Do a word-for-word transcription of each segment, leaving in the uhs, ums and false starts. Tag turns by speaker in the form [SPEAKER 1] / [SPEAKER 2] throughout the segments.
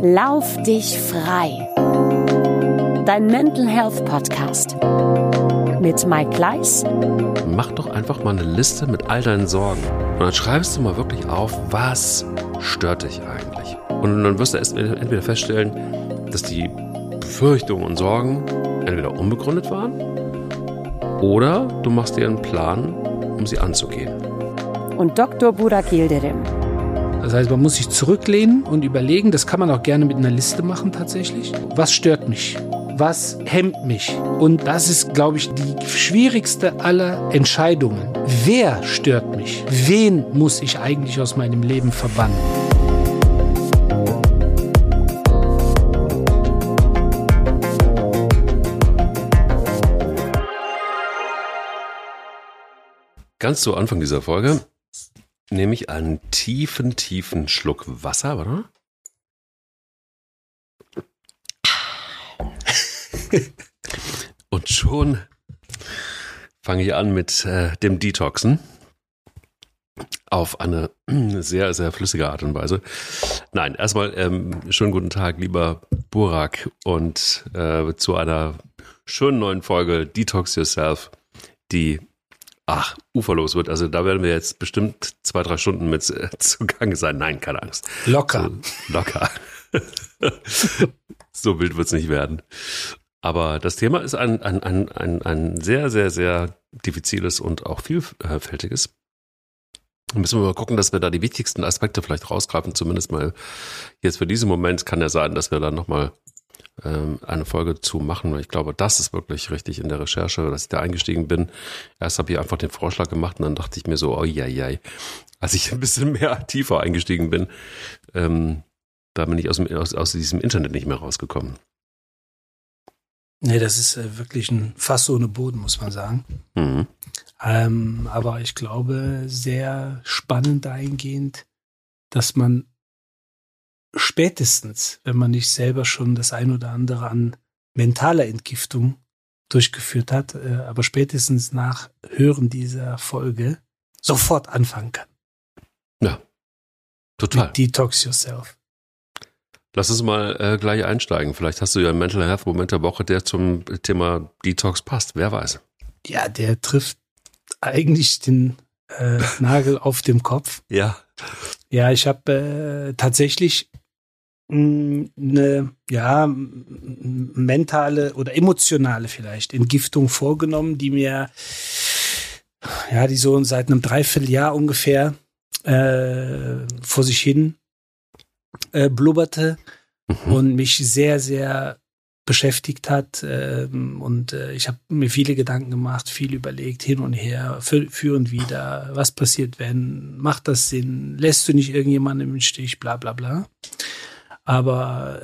[SPEAKER 1] Lauf dich frei. Dein Mental Health Podcast mit Mike Kleiss.
[SPEAKER 2] Mach doch einfach mal eine Liste mit all deinen Sorgen. Und dann schreibst du mal wirklich auf, was stört dich eigentlich. Und dann wirst du erst entweder feststellen, dass die Befürchtungen und Sorgen entweder unbegründet waren oder du machst dir einen Plan, um sie anzugehen.
[SPEAKER 1] Und Doktor Burak Yildirim.
[SPEAKER 3] Das heißt, man muss sich zurücklehnen und überlegen, das kann man auch gerne mit einer Liste machen tatsächlich. Was stört mich? Was hemmt mich? Und das ist, glaube ich, die schwierigste aller Entscheidungen. Wer stört mich? Wen muss ich eigentlich aus meinem Leben verbannen?
[SPEAKER 2] Ganz zu Anfang dieser Folge nehme ich einen tiefen, tiefen Schluck Wasser, oder? Und schon fange ich an mit äh, dem Detoxen auf eine sehr, sehr flüssige Art und Weise. Nein, erstmal ähm, schönen guten Tag, lieber Burak, und äh, zu einer schönen neuen Folge Detox Yourself, die ach, uferlos wird. Also da werden wir jetzt bestimmt zwei, drei Stunden mit äh, zugange sein. Nein, keine Angst.
[SPEAKER 3] Locker.
[SPEAKER 2] So, locker. So wild wird es nicht werden. Aber das Thema ist ein, ein, ein, ein, ein sehr, sehr, sehr diffiziles und auch vielfältiges. Da müssen wir mal gucken, dass wir da die wichtigsten Aspekte vielleicht rausgreifen. Zumindest mal jetzt für diesen Moment kann ja sein, dass wir dann nochmal ähm, eine Folge zu machen. Weil ich glaube, das ist wirklich richtig in der Recherche, dass ich da eingestiegen bin. Erst habe ich einfach den Vorschlag gemacht und dann dachte ich mir so, oh ja, ja. Als ich ein bisschen mehr tiefer eingestiegen bin, ähm, da bin ich aus, dem, aus, aus diesem Internet nicht mehr rausgekommen.
[SPEAKER 3] Nee, das ist äh, wirklich ein Fass ohne Boden, muss man sagen.
[SPEAKER 2] Mhm.
[SPEAKER 3] Ähm, aber ich glaube, sehr spannend dahingehend, dass man spätestens, wenn man nicht selber schon das ein oder andere an mentaler Entgiftung durchgeführt hat, äh, aber spätestens nach Hören dieser Folge sofort anfangen kann.
[SPEAKER 2] Ja, total.
[SPEAKER 3] Mit Detox Yourself.
[SPEAKER 2] Lass uns mal äh, gleich einsteigen. Vielleicht hast du ja einen Mental Health Moment der Woche, der zum Thema Detox passt. Wer weiß.
[SPEAKER 3] Ja, der trifft eigentlich den äh, Nagel auf dem Kopf.
[SPEAKER 2] Ja.
[SPEAKER 3] Ja, ich habe äh, tatsächlich mh, eine ja, m- mentale oder emotionale vielleicht Entgiftung vorgenommen, die mir ja, die so seit einem Dreivierteljahr ungefähr äh, vor sich hin äh, blubberte
[SPEAKER 2] Mhm.
[SPEAKER 3] und mich sehr, sehr beschäftigt hat. Ähm, und äh, ich habe mir viele Gedanken gemacht, viel überlegt, hin und her, für, für und wieder. Was passiert, wenn? Macht das Sinn? Lässt du nicht irgendjemanden im Stich? Bla bla bla. Aber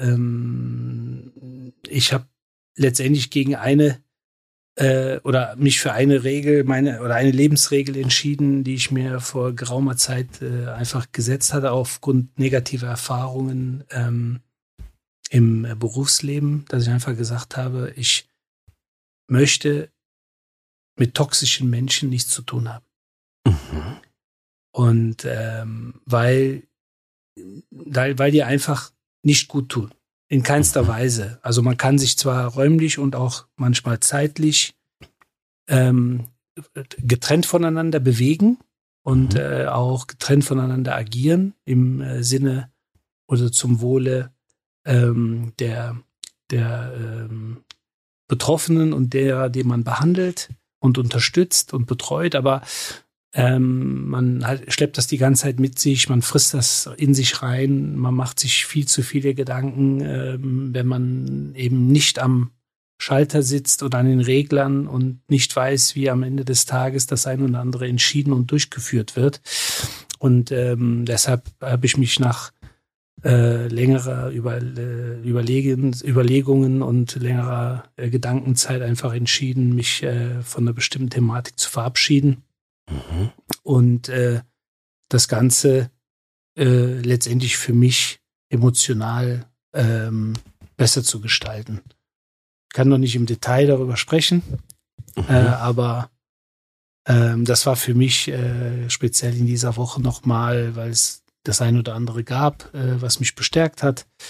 [SPEAKER 3] ähm, ich habe letztendlich gegen eine äh, oder mich für eine Regel, meine oder eine Lebensregel entschieden, die ich mir vor geraumer Zeit äh, einfach gesetzt hatte aufgrund negativer Erfahrungen ähm, im äh, Berufsleben, dass ich einfach gesagt habe, ich möchte mit toxischen Menschen nichts zu tun haben.
[SPEAKER 2] Mhm.
[SPEAKER 3] Und ähm, weil, weil, weil die einfach nicht gut tun. In keinster Weise. Also man kann sich zwar räumlich und auch manchmal zeitlich ähm, getrennt voneinander bewegen und
[SPEAKER 2] Mhm.
[SPEAKER 3] äh, auch getrennt voneinander agieren im äh, Sinne oder zum Wohle ähm, der, der ähm, Betroffenen und derer, die man behandelt und unterstützt und betreut, aber ähm, man halt, schleppt das die ganze Zeit mit sich, man frisst das in sich rein, man macht sich viel zu viele Gedanken, ähm, wenn man eben nicht am Schalter sitzt oder an den Reglern und nicht weiß, wie am Ende des Tages das ein oder andere entschieden und durchgeführt wird. Und ähm, deshalb habe ich mich nach äh, längerer Über, äh, Überlegen, Überlegungen und längerer äh, Gedankenzeit einfach entschieden, mich äh, von einer bestimmten Thematik zu verabschieden.
[SPEAKER 2] Mhm.
[SPEAKER 3] Und äh, das Ganze äh, letztendlich für mich emotional ähm, besser zu gestalten. Ich kann noch nicht im Detail darüber sprechen,
[SPEAKER 2] Mhm.
[SPEAKER 3] äh, aber ähm, das war für mich äh, speziell in dieser Woche nochmal, weil es das ein oder andere gab, äh, was mich bestärkt hat,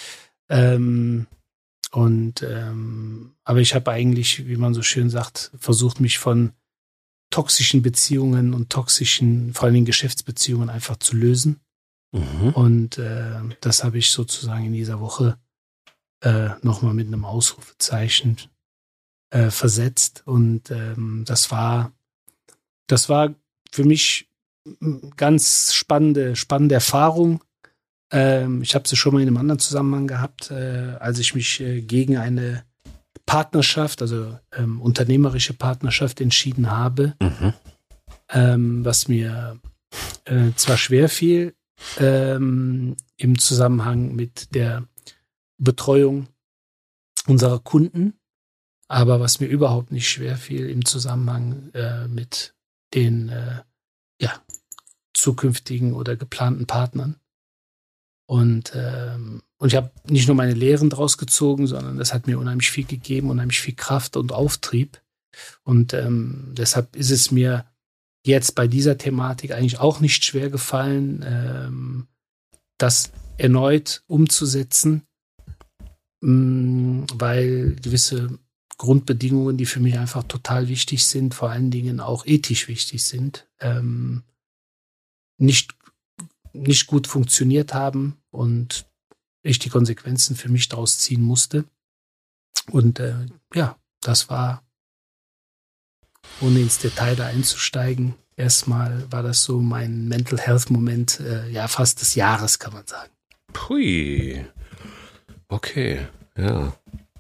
[SPEAKER 3] Ähm, und ähm, aber ich habe eigentlich, wie man so schön sagt, versucht, mich von toxischen Beziehungen und toxischen, vor allen Dingen Geschäftsbeziehungen einfach zu lösen.
[SPEAKER 2] Mhm.
[SPEAKER 3] Und äh, das habe ich sozusagen in dieser Woche äh, nochmal mit einem Ausrufezeichen äh, versetzt. Und ähm, das war, das war für mich eine ganz spannende, spannende Erfahrung. Ähm, ich habe sie schon mal in einem anderen Zusammenhang gehabt, äh, als ich mich äh, gegen eine Partnerschaft, also ähm, unternehmerische Partnerschaft entschieden habe,
[SPEAKER 2] Mhm.
[SPEAKER 3] ähm, was mir äh, zwar schwer fiel ähm, im Zusammenhang mit der Betreuung unserer Kunden, aber was mir überhaupt nicht schwer fiel im Zusammenhang äh, mit den äh, ja, zukünftigen oder geplanten Partnern. Und, ähm, und ich habe nicht nur meine Lehren draus gezogen, sondern das hat mir unheimlich viel gegeben, unheimlich viel Kraft und Auftrieb. Und ähm, deshalb ist es mir jetzt bei dieser Thematik eigentlich auch nicht schwer gefallen, ähm, das erneut umzusetzen, mh, weil gewisse Grundbedingungen, die für mich einfach total wichtig sind, vor allen Dingen auch ethisch wichtig sind, ähm, nicht nicht gut funktioniert haben und ich die Konsequenzen für mich daraus ziehen musste. Und äh, ja, das war, ohne ins Detail da einzusteigen, erstmal war das so mein Mental Health Moment, äh, ja, fast des Jahres, kann man sagen.
[SPEAKER 2] Pui. Okay, ja.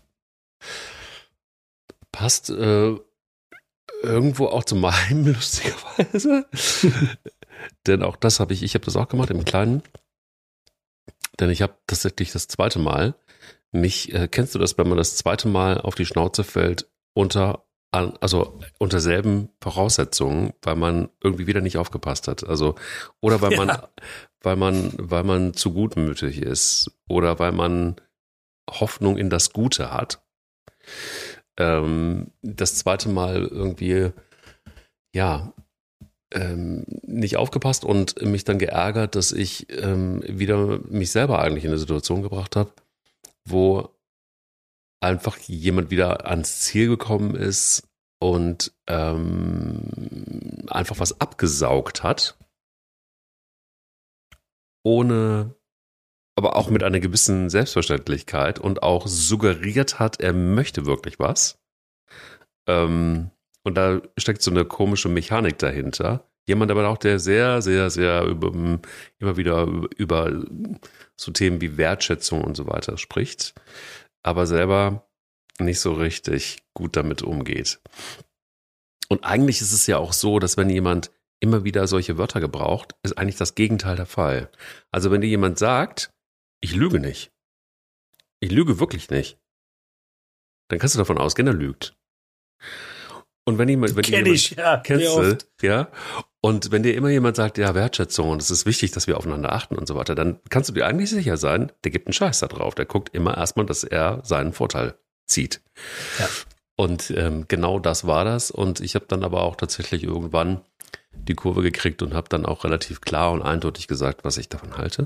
[SPEAKER 2] Passt äh, irgendwo auch zu meinem, lustigerweise. Denn auch das habe ich, ich habe das auch gemacht im Kleinen. Denn ich habe tatsächlich das zweite Mal mich, äh, kennst du das, wenn man das zweite Mal auf die Schnauze fällt, unter, also unter selben Voraussetzungen, weil man irgendwie wieder nicht aufgepasst hat. Also, oder weil man,
[SPEAKER 3] Ja.
[SPEAKER 2] weil man, weil man zu gutmütig ist oder weil man Hoffnung in das Gute hat. Ähm, das zweite Mal irgendwie, ja, ähm, nicht aufgepasst und mich dann geärgert, dass ich ähm, wieder mich selber eigentlich in eine Situation gebracht habe, wo einfach jemand wieder ans Ziel gekommen ist und ähm, einfach was abgesaugt hat, ohne, aber auch mit einer gewissen Selbstverständlichkeit und auch suggeriert hat, er möchte wirklich was. Ähm, Und da steckt so eine komische Mechanik dahinter. Jemand aber auch, der sehr, sehr, sehr über, immer wieder über so Themen wie Wertschätzung und so weiter spricht, aber selber nicht so richtig gut damit umgeht. Und eigentlich ist es ja auch so, dass wenn jemand immer wieder solche Wörter gebraucht, ist eigentlich das Gegenteil der Fall. Also wenn dir jemand sagt, ich lüge nicht, ich lüge wirklich nicht, dann kannst du davon ausgehen, er lügt. Und wenn jemand, wenn
[SPEAKER 3] Kenn
[SPEAKER 2] jemand,
[SPEAKER 3] ich, ja,
[SPEAKER 2] kennst
[SPEAKER 3] sehr
[SPEAKER 2] du,
[SPEAKER 3] oft.
[SPEAKER 2] ja, und wenn dir immer jemand sagt, ja, Wertschätzung und es ist wichtig, dass wir aufeinander achten und so weiter, dann kannst du dir eigentlich sicher sein, der gibt einen Scheiß da drauf. Der guckt immer erstmal, dass er seinen Vorteil zieht.
[SPEAKER 3] Ja.
[SPEAKER 2] Und ähm, genau das war das. Und ich habe dann aber auch tatsächlich irgendwann die Kurve gekriegt und habe dann auch relativ klar und eindeutig gesagt, was ich davon halte.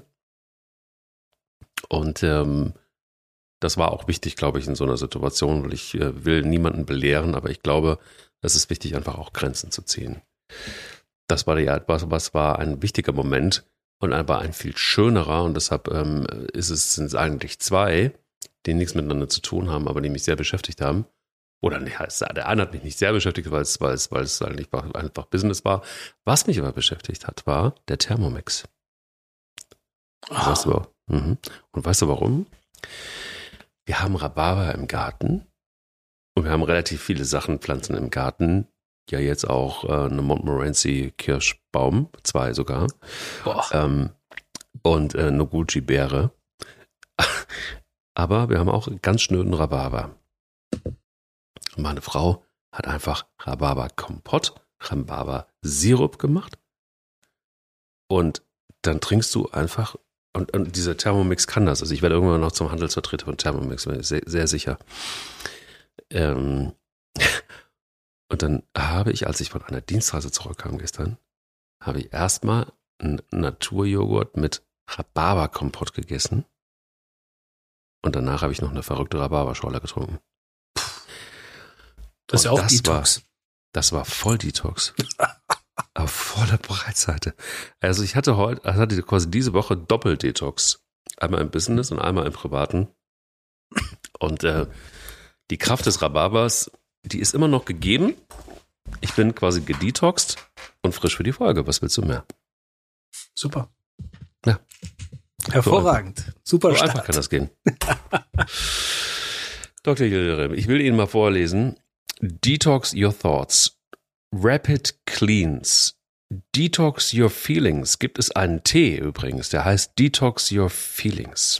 [SPEAKER 2] Und ähm, das war auch wichtig, glaube ich, in so einer Situation, weil ich äh, will niemanden belehren, aber ich glaube, es ist wichtig, einfach auch Grenzen zu ziehen. Das war ja was, was war ein wichtiger Moment und aber ein viel schönerer und deshalb ähm, ist es, sind es eigentlich zwei, die nichts miteinander zu tun haben, aber die mich sehr beschäftigt haben. Oder nee, der eine hat mich nicht sehr beschäftigt, weil es, weil es, weil es eigentlich einfach Business war. Was mich aber beschäftigt hat, war der Thermomix. Und weißt du, mhm. Und weißt du warum? Wir haben Rhabarber im Garten und wir haben relativ viele Sachen, Pflanzen im Garten. Ja, jetzt auch äh, eine Montmorency Kirschbaum, zwei sogar. Ähm, und äh, eine Gucci-Beere. Aber wir haben auch ganz schnöden Rhabarber. Und meine Frau hat einfach Rhabarber-Kompott, Rhabarber-Sirup gemacht. Und dann trinkst du einfach, und, und dieser Thermomix kann das. Also ich werde irgendwann noch zum Handelsvertreter von Thermomix, bin ich sehr, sehr sicher. Ähm, und dann habe ich, als ich von einer Dienstreise zurückkam gestern, habe ich erstmal einen Naturjoghurt mit Rhabarberkompott gegessen. Und danach habe ich noch eine verrückte Rhabarberschorle getrunken.
[SPEAKER 3] Das ist ja auch
[SPEAKER 2] das
[SPEAKER 3] Detox.
[SPEAKER 2] War, das war voll Detox. Auf voller Breitseite. Also ich hatte heute, also hatte quasi diese Woche Doppel-Detox. Einmal im Business und einmal im Privaten. Und äh, die Kraft des Rhabarbers, die ist immer noch gegeben. Ich bin quasi gedetoxt und frisch für die Folge. Was willst du mehr?
[SPEAKER 3] Super.
[SPEAKER 2] Ja.
[SPEAKER 3] Hervorragend.
[SPEAKER 2] So
[SPEAKER 3] Super
[SPEAKER 2] so
[SPEAKER 3] Start.
[SPEAKER 2] einfach kann das gehen. Doktor Yildirim, ich will Ihnen mal vorlesen. Detox your thoughts. Rapid Cleans. Detox your feelings. Gibt es einen Tee übrigens, der heißt Detox your feelings.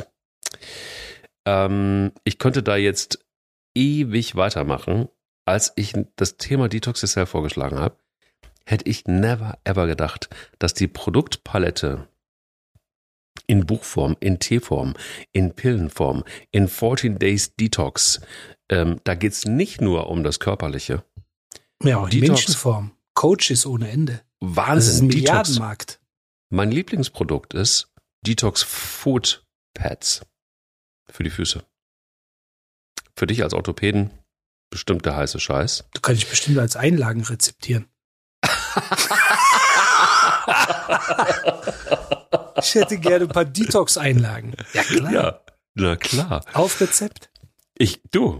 [SPEAKER 2] Ähm, ich könnte da jetzt ewig weitermachen. Als ich das Thema Detox Yourself vorgeschlagen habe, hätte ich never ever gedacht, dass die Produktpalette in Buchform, in Teeform, in Pillenform, in fourteen Days Detox, ähm, da geht es nicht nur um das Körperliche.
[SPEAKER 3] Ja, auch in
[SPEAKER 2] Detox.
[SPEAKER 3] Menschenform. Coaches ohne Ende.
[SPEAKER 2] Wahnsinn.
[SPEAKER 3] Das ist ein
[SPEAKER 2] Detox.
[SPEAKER 3] Milliardenmarkt.
[SPEAKER 2] Mein Lieblingsprodukt ist Detox Foot Pads für die Füße. Für dich als Orthopäden bestimmt der heiße Scheiß.
[SPEAKER 3] Du kannst dich bestimmt als Einlagen rezeptieren. Ich hätte gerne ein paar Detox-Einlagen. Ja, klar.
[SPEAKER 2] Ja, na klar.
[SPEAKER 3] Auf Rezept.
[SPEAKER 2] Ich, du,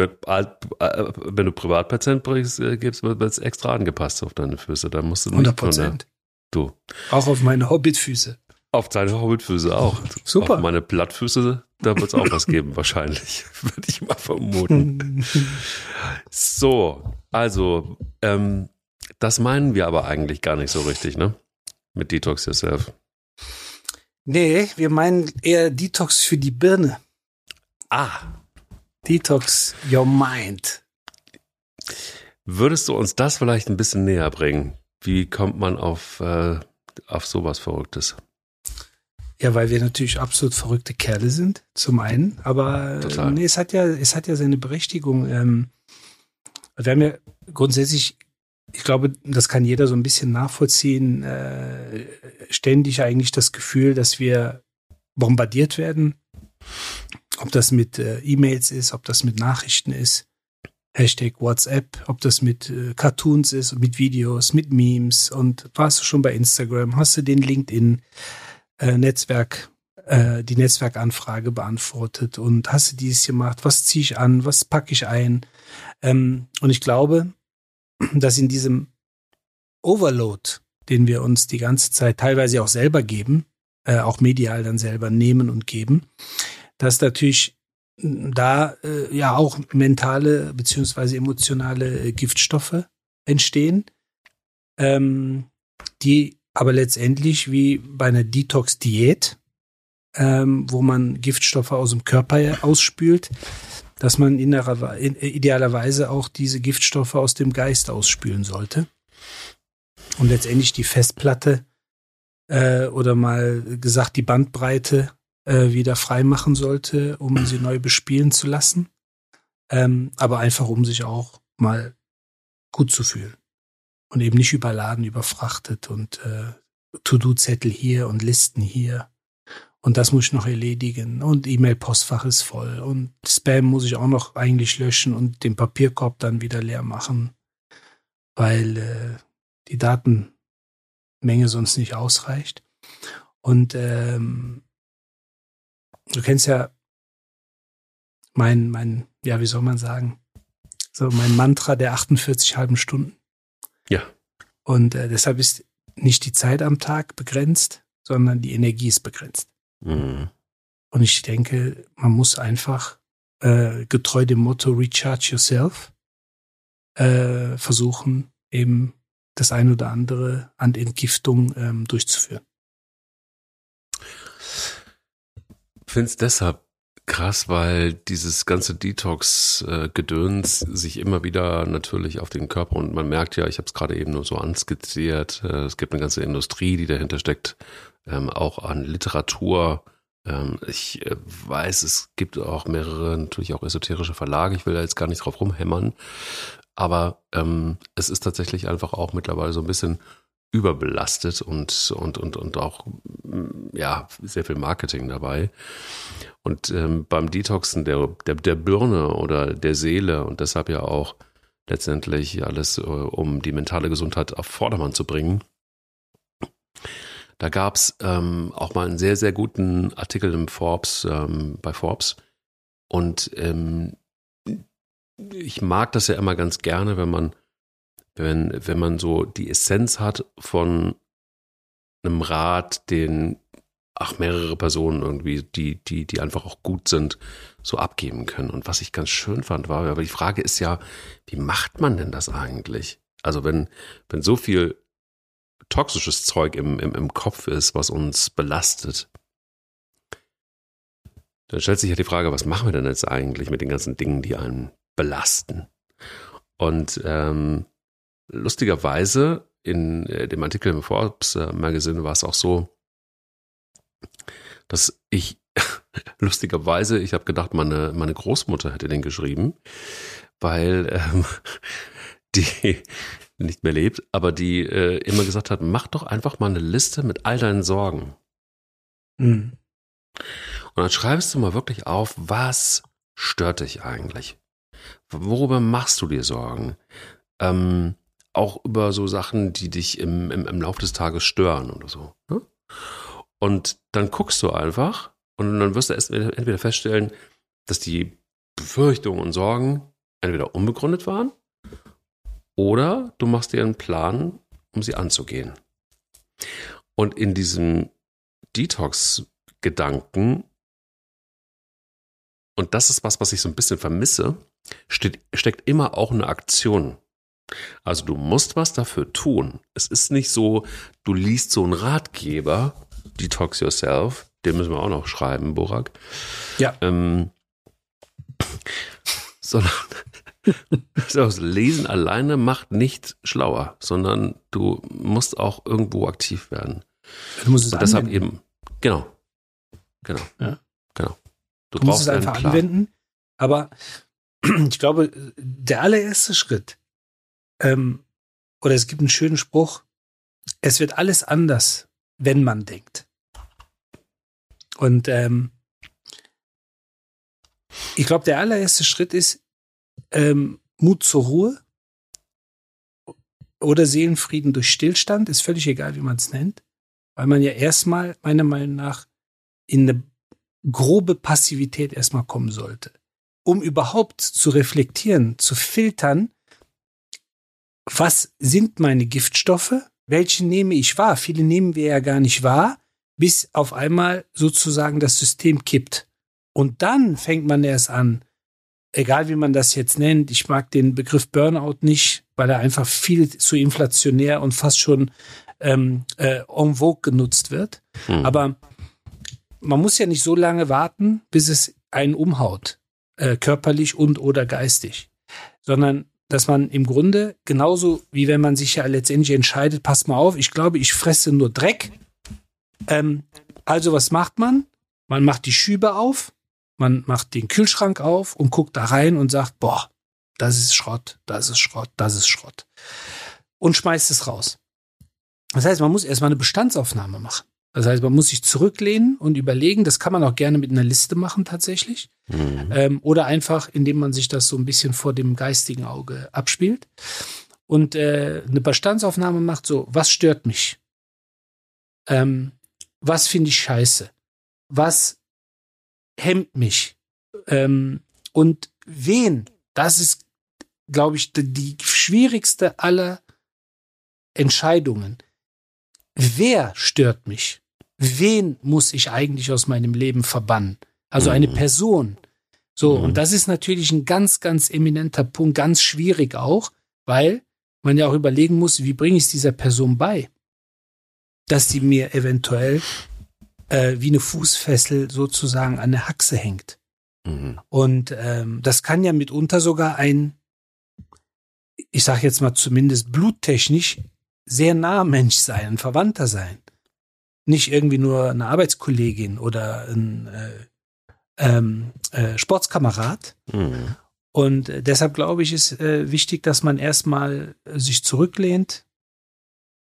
[SPEAKER 2] wenn du Privatpatient bringst, gibst, wird es extra angepasst auf deine Füße. Da musst du nicht
[SPEAKER 3] hundert Prozent.
[SPEAKER 2] Du.
[SPEAKER 3] Auch auf meine Hobbitfüße.
[SPEAKER 2] Auf deine Hobbitfüße auch.
[SPEAKER 3] Super.
[SPEAKER 2] Auf meine Plattfüße, da wird es auch was geben, wahrscheinlich. Würde ich mal vermuten. So, also, ähm, das meinen wir aber eigentlich gar nicht so richtig, ne? Mit Detox Yourself.
[SPEAKER 3] Nee, wir meinen eher Detox für die Birne.
[SPEAKER 2] Ah.
[SPEAKER 3] Detox your mind.
[SPEAKER 2] Würdest du uns das vielleicht ein bisschen näher bringen? Wie kommt man auf, äh, auf sowas Verrücktes?
[SPEAKER 3] Ja, weil wir natürlich absolut verrückte Kerle sind, zum einen. Aber
[SPEAKER 2] Total.
[SPEAKER 3] nee, es hat ja, es hat ja seine Berechtigung. Ähm, wir haben ja grundsätzlich, ich glaube, das kann jeder so ein bisschen nachvollziehen, äh, ständig eigentlich das Gefühl, dass wir bombardiert werden. Ob das mit äh, E-Mails ist, ob das mit Nachrichten ist, Hashtag WhatsApp, ob das mit äh, Cartoons ist, mit Videos, mit Memes. Und warst du schon bei Instagram, hast du den LinkedIn äh, Netzwerk, äh, die Netzwerkanfrage beantwortet und hast du dies gemacht, was ziehe ich an, was packe ich ein? Ähm, und ich glaube, dass in diesem Overload, den wir uns die ganze Zeit teilweise auch selber geben, äh, auch medial dann selber nehmen und geben, dass natürlich da äh, ja auch mentale beziehungsweise emotionale äh, Giftstoffe entstehen, ähm, die aber letztendlich wie bei einer Detox-Diät, ähm, wo man Giftstoffe aus dem Körper ausspült, dass man innerer, in, idealerweise auch diese Giftstoffe aus dem Geist ausspülen sollte. Und letztendlich die Festplatte äh, oder mal gesagt die Bandbreite äh, wieder frei machen sollte, um sie neu bespielen zu lassen. Ähm, aber einfach, um sich auch mal gut zu fühlen. Und eben nicht überladen, überfrachtet und äh, To-Do-Zettel hier und Listen hier. Und das muss ich noch erledigen. Und E-Mail-Postfach ist voll. Und Spam muss ich auch noch eigentlich löschen und den Papierkorb dann wieder leer machen, weil äh, die Datenmenge sonst nicht ausreicht. Und ähm, du kennst ja mein, mein, ja, wie soll man sagen, so mein Mantra der achtundvierzig halben Stunden.
[SPEAKER 2] Ja.
[SPEAKER 3] Und äh, deshalb ist nicht die Zeit am Tag begrenzt, sondern die Energie ist begrenzt.
[SPEAKER 2] Mhm.
[SPEAKER 3] Und ich denke, man muss einfach äh, getreu dem Motto Recharge Yourself äh, versuchen, eben das ein oder andere an Entgiftung ähm, durchzuführen.
[SPEAKER 2] Ich finde es deshalb krass, weil dieses ganze Detox-Gedöns sich immer wieder natürlich auf den Körper, und man merkt ja, ich habe es gerade eben nur so anskizziert, äh, es gibt eine ganze Industrie, die dahinter steckt, ähm, auch an Literatur. Ähm, ich äh, weiß, es gibt auch mehrere, natürlich auch esoterische Verlage, ich will da jetzt gar nicht drauf rumhämmern, aber ähm, es ist tatsächlich einfach auch mittlerweile so ein bisschen überbelastet und, und, und, und auch, ja, sehr viel Marketing dabei. Und ähm, beim Detoxen der, der, der Birne oder der Seele und deshalb ja auch letztendlich alles, äh, um die mentale Gesundheit auf Vordermann zu bringen. Da gab es ähm, auch mal einen sehr, sehr guten Artikel im Forbes, ähm, bei Forbes. Und ähm, ich mag das ja immer ganz gerne, wenn man, wenn, wenn man so die Essenz hat von einem Rat, den ach, mehrere Personen irgendwie, die, die, die einfach auch gut sind, so abgeben können. Und was ich ganz schön fand, war, aber die Frage ist ja, wie macht man denn das eigentlich? Also wenn, wenn so viel toxisches Zeug im, im, im Kopf ist, was uns belastet, dann stellt sich ja die Frage, was machen wir denn jetzt eigentlich mit den ganzen Dingen, die einen belasten? Und ähm, lustigerweise in äh, dem Artikel im Forbes äh, Magazine war es auch so, dass ich, lustigerweise, ich habe gedacht, meine, meine Großmutter hätte den geschrieben, weil ähm, die nicht mehr lebt, aber die äh, immer gesagt hat, mach doch einfach mal eine Liste mit all deinen Sorgen.
[SPEAKER 3] Mhm.
[SPEAKER 2] Und dann schreibst du mal wirklich auf, was stört dich eigentlich? Worüber machst du dir Sorgen? Ähm, auch über so Sachen, die dich im, im, im Laufe des Tages stören oder so. Ne? Und dann guckst du einfach und dann wirst du erst entweder feststellen, dass die Befürchtungen und Sorgen entweder unbegründet waren oder du machst dir einen Plan, um sie anzugehen. Und in diesem Detox-Gedanken, und das ist was, was ich so ein bisschen vermisse, steht, steckt immer auch eine Aktion. Also du musst was dafür tun. Es ist nicht so, du liest so einen Ratgeber, Detox Yourself, den müssen wir auch noch schreiben, Burak.
[SPEAKER 3] Ja.
[SPEAKER 2] Ähm, sondern das Lesen alleine macht nicht schlauer, sondern du musst auch irgendwo aktiv werden.
[SPEAKER 3] Du musst es
[SPEAKER 2] Und deshalb
[SPEAKER 3] anwenden.
[SPEAKER 2] eben, genau, genau,
[SPEAKER 3] Ja.
[SPEAKER 2] genau. Du,
[SPEAKER 3] Du musst
[SPEAKER 2] brauchst
[SPEAKER 3] es
[SPEAKER 2] einen
[SPEAKER 3] einfach
[SPEAKER 2] Plan.
[SPEAKER 3] anwenden. Aber ich glaube, der allererste Schritt, ähm, oder es gibt einen schönen Spruch, es wird alles anders, wenn man denkt. Und ähm, ich glaube, der allererste Schritt ist ähm, Mut zur Ruhe oder Seelenfrieden durch Stillstand, ist völlig egal, wie man es nennt, weil man ja erstmal, meiner Meinung nach, in eine grobe Passivität erstmal kommen sollte, um überhaupt zu reflektieren, zu filtern, was sind meine Giftstoffe, welche nehme ich wahr? Viele nehmen wir ja gar nicht wahr, bis auf einmal sozusagen das System kippt. Und dann fängt man erst an, egal wie man das jetzt nennt, ich mag den Begriff Burnout nicht, weil er einfach viel zu inflationär und fast schon ähm, äh, en vogue genutzt wird. Hm. Aber man muss ja nicht so lange warten, bis es einen umhaut, äh, körperlich und oder geistig, sondern dass man im Grunde genauso wie wenn man sich ja letztendlich entscheidet, pass mal auf, ich glaube, ich fresse nur Dreck. Ähm, also was macht man? Man macht die Schübe auf, man macht den Kühlschrank auf und guckt da rein und sagt, boah, das ist Schrott, das ist Schrott, das ist Schrott. Und schmeißt es raus. Das heißt, man muss erstmal eine Bestandsaufnahme machen. Das heißt, man muss sich zurücklehnen und überlegen, das kann man auch gerne mit einer Liste machen tatsächlich. Mhm. Ähm, oder einfach, indem man sich das so ein bisschen vor dem geistigen Auge abspielt. Und äh, eine Bestandsaufnahme macht so, was stört mich? Ähm, was finde ich scheiße? Was hemmt mich? Ähm, und wen? Das ist, glaube ich, die, die schwierigste aller Entscheidungen. Wer stört mich? Wen muss ich eigentlich aus meinem Leben verbannen? Also eine Person. So, mhm. Und das ist natürlich ein ganz, ganz eminenter Punkt, ganz schwierig auch, weil man ja auch überlegen muss, wie bringe ich es dieser Person bei, dass sie mir eventuell äh, wie eine Fußfessel sozusagen an der Haxe hängt. Mhm. Und ähm, das kann ja mitunter sogar ein, ich sage jetzt mal zumindest bluttechnisch, sehr naher Mensch sein, ein Verwandter sein. Nicht irgendwie nur eine Arbeitskollegin oder ein äh, ähm, äh, Sportskamerad. Mhm. Und äh, deshalb glaube ich, ist äh, wichtig, dass man erstmal äh, sich zurücklehnt,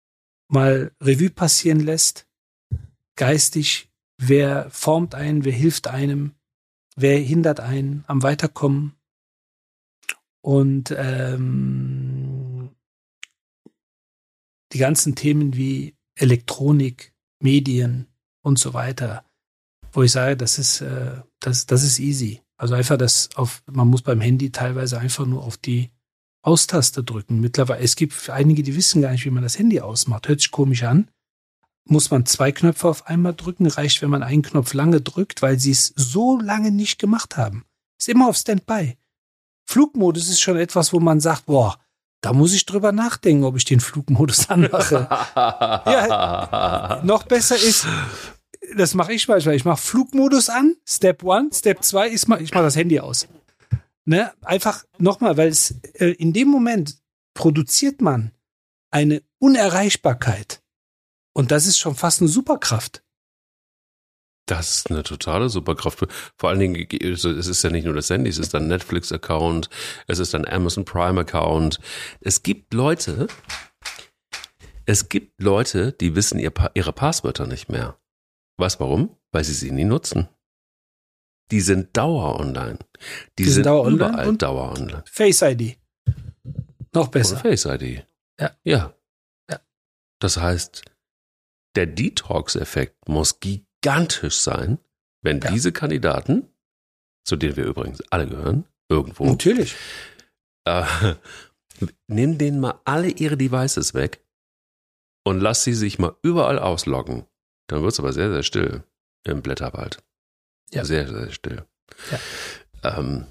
[SPEAKER 3] mal Revue passieren lässt, geistig, wer formt einen, wer hilft einem, wer hindert einen am Weiterkommen. Und ähm, die ganzen Themen wie Elektronik, Medien und so weiter, wo ich sage, das ist, äh, das, das ist easy. Also einfach das auf, man muss beim Handy teilweise einfach nur auf die Austaste drücken. Mittlerweile, es gibt einige, die wissen gar nicht, wie man das Handy ausmacht. Hört sich komisch an. Muss man zwei Knöpfe auf einmal drücken, reicht, wenn man einen Knopf lange drückt, weil sie es so lange nicht gemacht haben. Ist immer auf Standby. Flugmodus ist schon etwas, wo man sagt, boah, da muss ich drüber nachdenken, ob ich den Flugmodus anmache. Ja, noch besser ist, das mache ich manchmal, ich mache Flugmodus an, Step one, Step zwei, ich mache ich mach das Handy aus. Ne? Einfach nochmal, weil es äh, in dem Moment produziert man eine Unerreichbarkeit. Und das ist schon fast eine Superkraft.
[SPEAKER 2] Das ist eine totale Superkraft. Vor allen Dingen, es ist ja nicht nur das Handy, es ist ein Netflix-Account, es ist ein Amazon Prime-Account. Es gibt Leute, es gibt Leute, die wissen ihr, ihre Passwörter nicht mehr. Weißt warum? Weil sie sie nie nutzen. Die sind dauer online. Die, die sind, sind dauer überall online dauer online.
[SPEAKER 3] Face I D. Noch besser.
[SPEAKER 2] Oder Face I D.
[SPEAKER 3] Ja.
[SPEAKER 2] Ja.
[SPEAKER 3] Ja.
[SPEAKER 2] Das heißt, der Detox-Effekt muss gigantisch sein, wenn ja. diese Kandidaten, zu denen wir übrigens alle gehören, irgendwo.
[SPEAKER 3] Natürlich.
[SPEAKER 2] Äh, nimm denen mal alle ihre Devices weg und lass sie sich mal überall ausloggen. Dann wird es aber sehr, sehr still im Blätterwald.
[SPEAKER 3] Ja.
[SPEAKER 2] Sehr, sehr still.
[SPEAKER 3] Ja.
[SPEAKER 2] Ähm,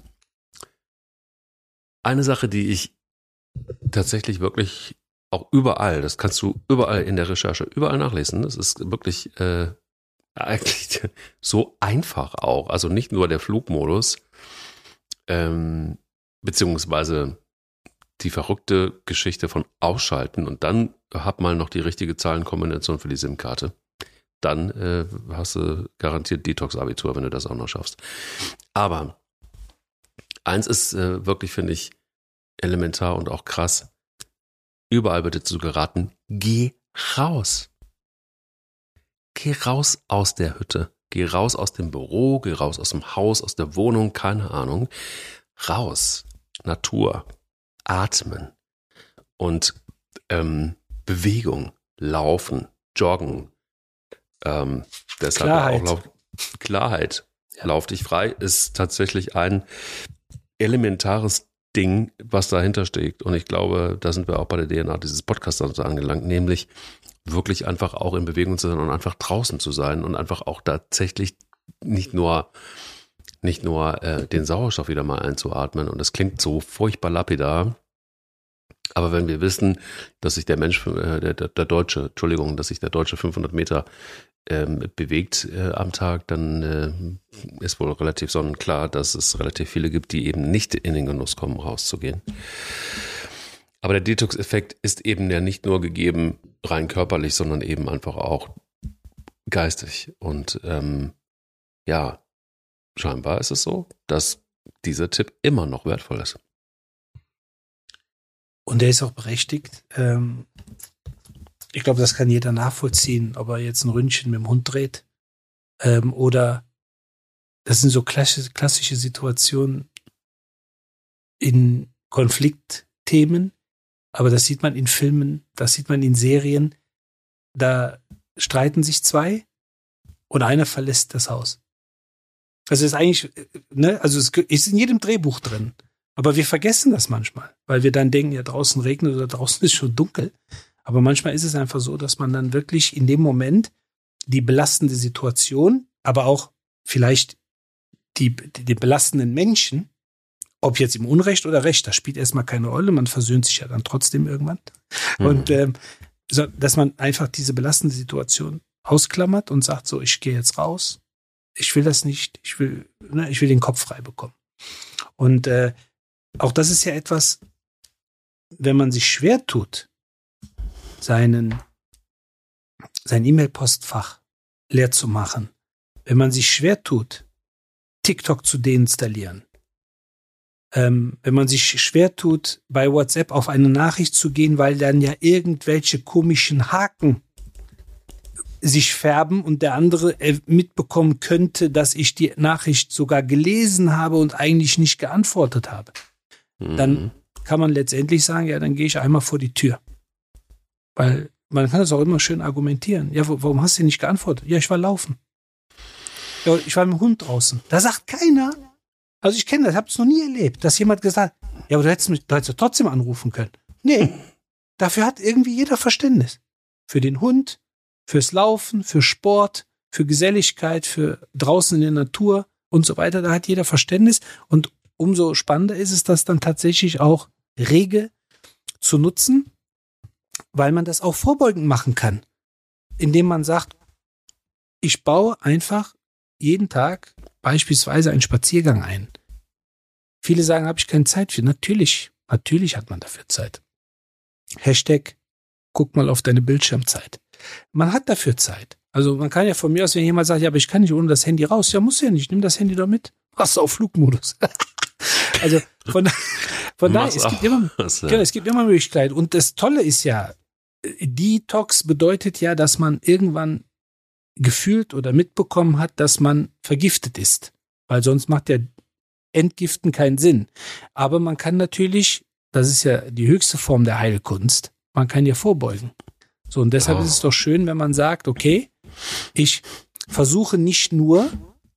[SPEAKER 2] eine Sache, die ich tatsächlich wirklich auch überall, das kannst du überall in der Recherche, überall nachlesen. Das ist wirklich äh, eigentlich so einfach auch. Also nicht nur der Flugmodus, ähm, beziehungsweise die verrückte Geschichte von Ausschalten und dann hab mal noch die richtige Zahlenkombination für die SIM-Karte. Dann äh, hast du garantiert Detox-Abitur, wenn du das auch noch schaffst. Aber eins ist äh, wirklich, finde ich, elementar und auch krass. Überall wird dazu geraten, geh raus. Geh raus aus der Hütte. Geh raus aus dem Büro, geh raus aus dem Haus, aus der Wohnung, keine Ahnung. Raus. Natur. Atmen. Und ähm, Bewegung. Laufen. Joggen. Ähm, deshalb
[SPEAKER 3] Klarheit.
[SPEAKER 2] auch lauf, Klarheit.
[SPEAKER 3] Ja.
[SPEAKER 2] Lauf dich frei ist tatsächlich ein elementares Ding, was dahinter steckt. Und ich glaube, da sind wir auch bei der D N A dieses Podcasts angelangt, nämlich wirklich einfach auch in Bewegung zu sein und einfach draußen zu sein und einfach auch tatsächlich nicht nur nicht nur äh, den Sauerstoff wieder mal einzuatmen. Und das klingt so furchtbar lapidar. Aber wenn wir wissen, dass sich der Mensch, äh, der, der Deutsche, Entschuldigung, dass sich der Deutsche fünfhundert Meter ähm, bewegt äh, am Tag, dann äh, ist wohl relativ sonnenklar, dass es relativ viele gibt, die eben nicht in den Genuss kommen, rauszugehen. Aber der Detox-Effekt ist eben ja nicht nur gegeben rein körperlich, sondern eben einfach auch geistig. Und ähm, ja, scheinbar ist es so, dass dieser Tipp immer noch wertvoll ist.
[SPEAKER 3] Und der ist auch berechtigt. Ähm, ich glaube, das kann jeder nachvollziehen, ob er jetzt ein Ründchen mit dem Hund dreht ähm, oder das sind so klassische, klassische Situationen in Konfliktthemen, aber das sieht man in Filmen, das sieht man in Serien. Da streiten sich zwei und einer verlässt das Haus. Also ist eigentlich, ne, also es ist in jedem Drehbuch drin. Aber wir vergessen das manchmal, weil wir dann denken, ja, draußen regnet oder draußen ist schon dunkel. Aber manchmal ist es einfach so, dass man dann wirklich in dem Moment die belastende Situation, aber auch vielleicht die, die, die belastenden Menschen, ob jetzt im Unrecht oder Recht, das spielt erstmal keine Rolle, man versöhnt sich ja dann trotzdem irgendwann. Mhm. Und ähm, so, dass man einfach diese belastende Situation ausklammert und sagt, so, ich gehe jetzt raus, ich will das nicht, ich will, ne, ich will den Kopf frei bekommen. Und äh, auch das ist ja etwas, wenn man sich schwer tut, seinen, sein E-Mail-Postfach leer zu machen, wenn man sich schwer tut, TikTok zu deinstallieren, Ähm, wenn man sich schwer tut, bei WhatsApp auf eine Nachricht zu gehen, weil dann ja irgendwelche komischen Haken sich färben und der andere mitbekommen könnte, dass ich die Nachricht sogar gelesen habe und eigentlich nicht geantwortet habe. Mhm. Dann kann man letztendlich sagen, ja, dann gehe ich einmal vor die Tür. Weil man kann das auch immer schön argumentieren. Ja, warum hast du nicht geantwortet? Ja, ich war laufen. Ja, ich war mit dem Hund draußen. Da sagt keiner. Also ich kenne das, ich habe es noch nie erlebt, dass jemand gesagt hat, ja, aber du hättest mich du hättest trotzdem anrufen können. Nee, dafür hat irgendwie jeder Verständnis. Für den Hund, fürs Laufen, für Sport, für Geselligkeit, für draußen in der Natur und so weiter. Da hat jeder Verständnis. Und umso spannender ist es, das dann tatsächlich auch rege zu nutzen, weil man das auch vorbeugend machen kann. Indem man sagt, ich baue einfach jeden Tag beispielsweise einen Spaziergang ein. Viele sagen, habe ich keine Zeit für. Natürlich, natürlich hat man dafür Zeit. Hashtag, guck mal auf deine Bildschirmzeit. Man hat dafür Zeit. Also man kann ja von mir aus, wenn jemand sagt, ja, aber ich kann nicht ohne das Handy raus. Ja, muss ja nicht. Nimm das Handy doch mit. Hast du auf Flugmodus. Also von, von daher, es gibt, immer, was, ja. genau, es gibt immer Möglichkeiten. Und das Tolle ist ja, Detox bedeutet ja, dass man irgendwann gefühlt oder mitbekommen hat, dass man vergiftet ist. Weil sonst macht ja Entgiften keinen Sinn. Aber man kann natürlich, das ist ja die höchste Form der Heilkunst, man kann ja vorbeugen. So, und deshalb oh. ist es doch schön, wenn man sagt, okay, ich versuche nicht nur,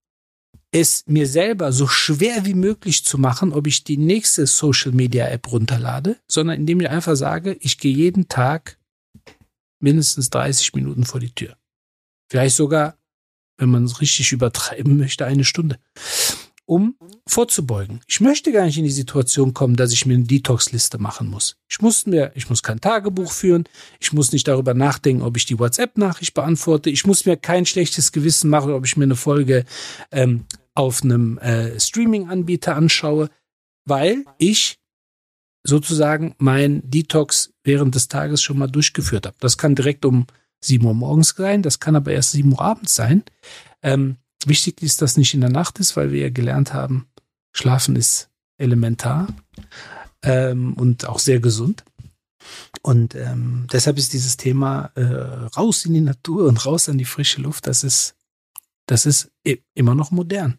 [SPEAKER 3] es mir selber so schwer wie möglich zu machen, ob ich die nächste Social-Media-App runterlade, sondern indem ich einfach sage, ich gehe jeden Tag mindestens dreißig Minuten vor die Tür. Vielleicht sogar, wenn man es richtig übertreiben möchte, eine Stunde, um vorzubeugen. Ich möchte gar nicht in die Situation kommen, dass ich mir eine Detox-Liste machen muss. Ich muss mir, ich muss kein Tagebuch führen, ich muss nicht darüber nachdenken, ob ich die WhatsApp-Nachricht beantworte, ich muss mir kein schlechtes Gewissen machen, ob ich mir eine Folge ähm, auf einem äh, Streaming-Anbieter anschaue, weil ich sozusagen mein Detox während des Tages schon mal durchgeführt habe. Das kann direkt um sieben Uhr morgens sein, das kann aber erst sieben Uhr abends sein. Ähm, wichtig ist, dass nicht in der Nacht ist, weil wir ja gelernt haben, Schlafen ist elementar ähm, und auch sehr gesund. Und ähm, deshalb ist dieses Thema äh, raus in die Natur und raus an die frische Luft, das ist, das ist immer noch modern.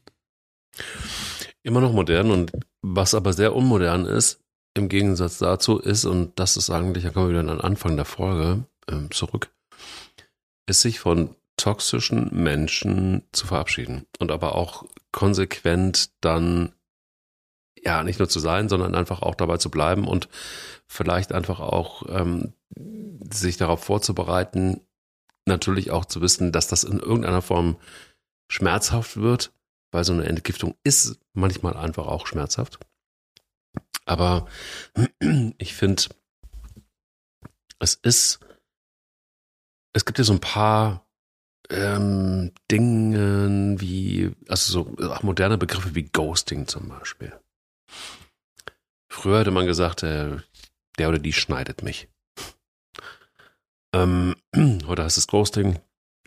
[SPEAKER 2] Immer noch modern, und was aber sehr unmodern ist, im Gegensatz dazu ist, und das ist eigentlich, da kommen wir wieder an den Anfang der Folge ähm, zurück, ist sich von toxischen Menschen zu verabschieden und aber auch konsequent dann ja nicht nur zu sein, sondern einfach auch dabei zu bleiben und vielleicht einfach auch ähm, sich darauf vorzubereiten, natürlich auch zu wissen, dass das in irgendeiner Form schmerzhaft wird, weil so eine Entgiftung ist manchmal einfach auch schmerzhaft. Aber ich finde, es ist, es gibt ja so ein paar ähm, Dinge wie, also so ach, moderne Begriffe wie Ghosting zum Beispiel. Früher hätte man gesagt, äh, der oder die schneidet mich. Ähm, heute heißt es Ghosting.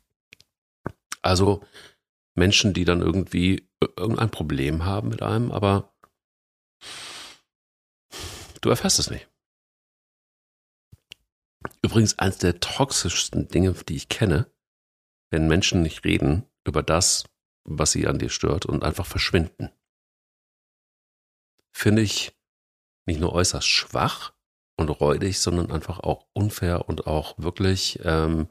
[SPEAKER 2] Also Menschen, die dann irgendwie irgendein Problem haben mit einem, aber du erfährst es nicht. Übrigens eines der toxischsten Dinge, die ich kenne, wenn Menschen nicht reden über das, was sie an dir stört und einfach verschwinden. Finde ich nicht nur äußerst schwach und räudig, sondern einfach auch unfair und auch wirklich ähm,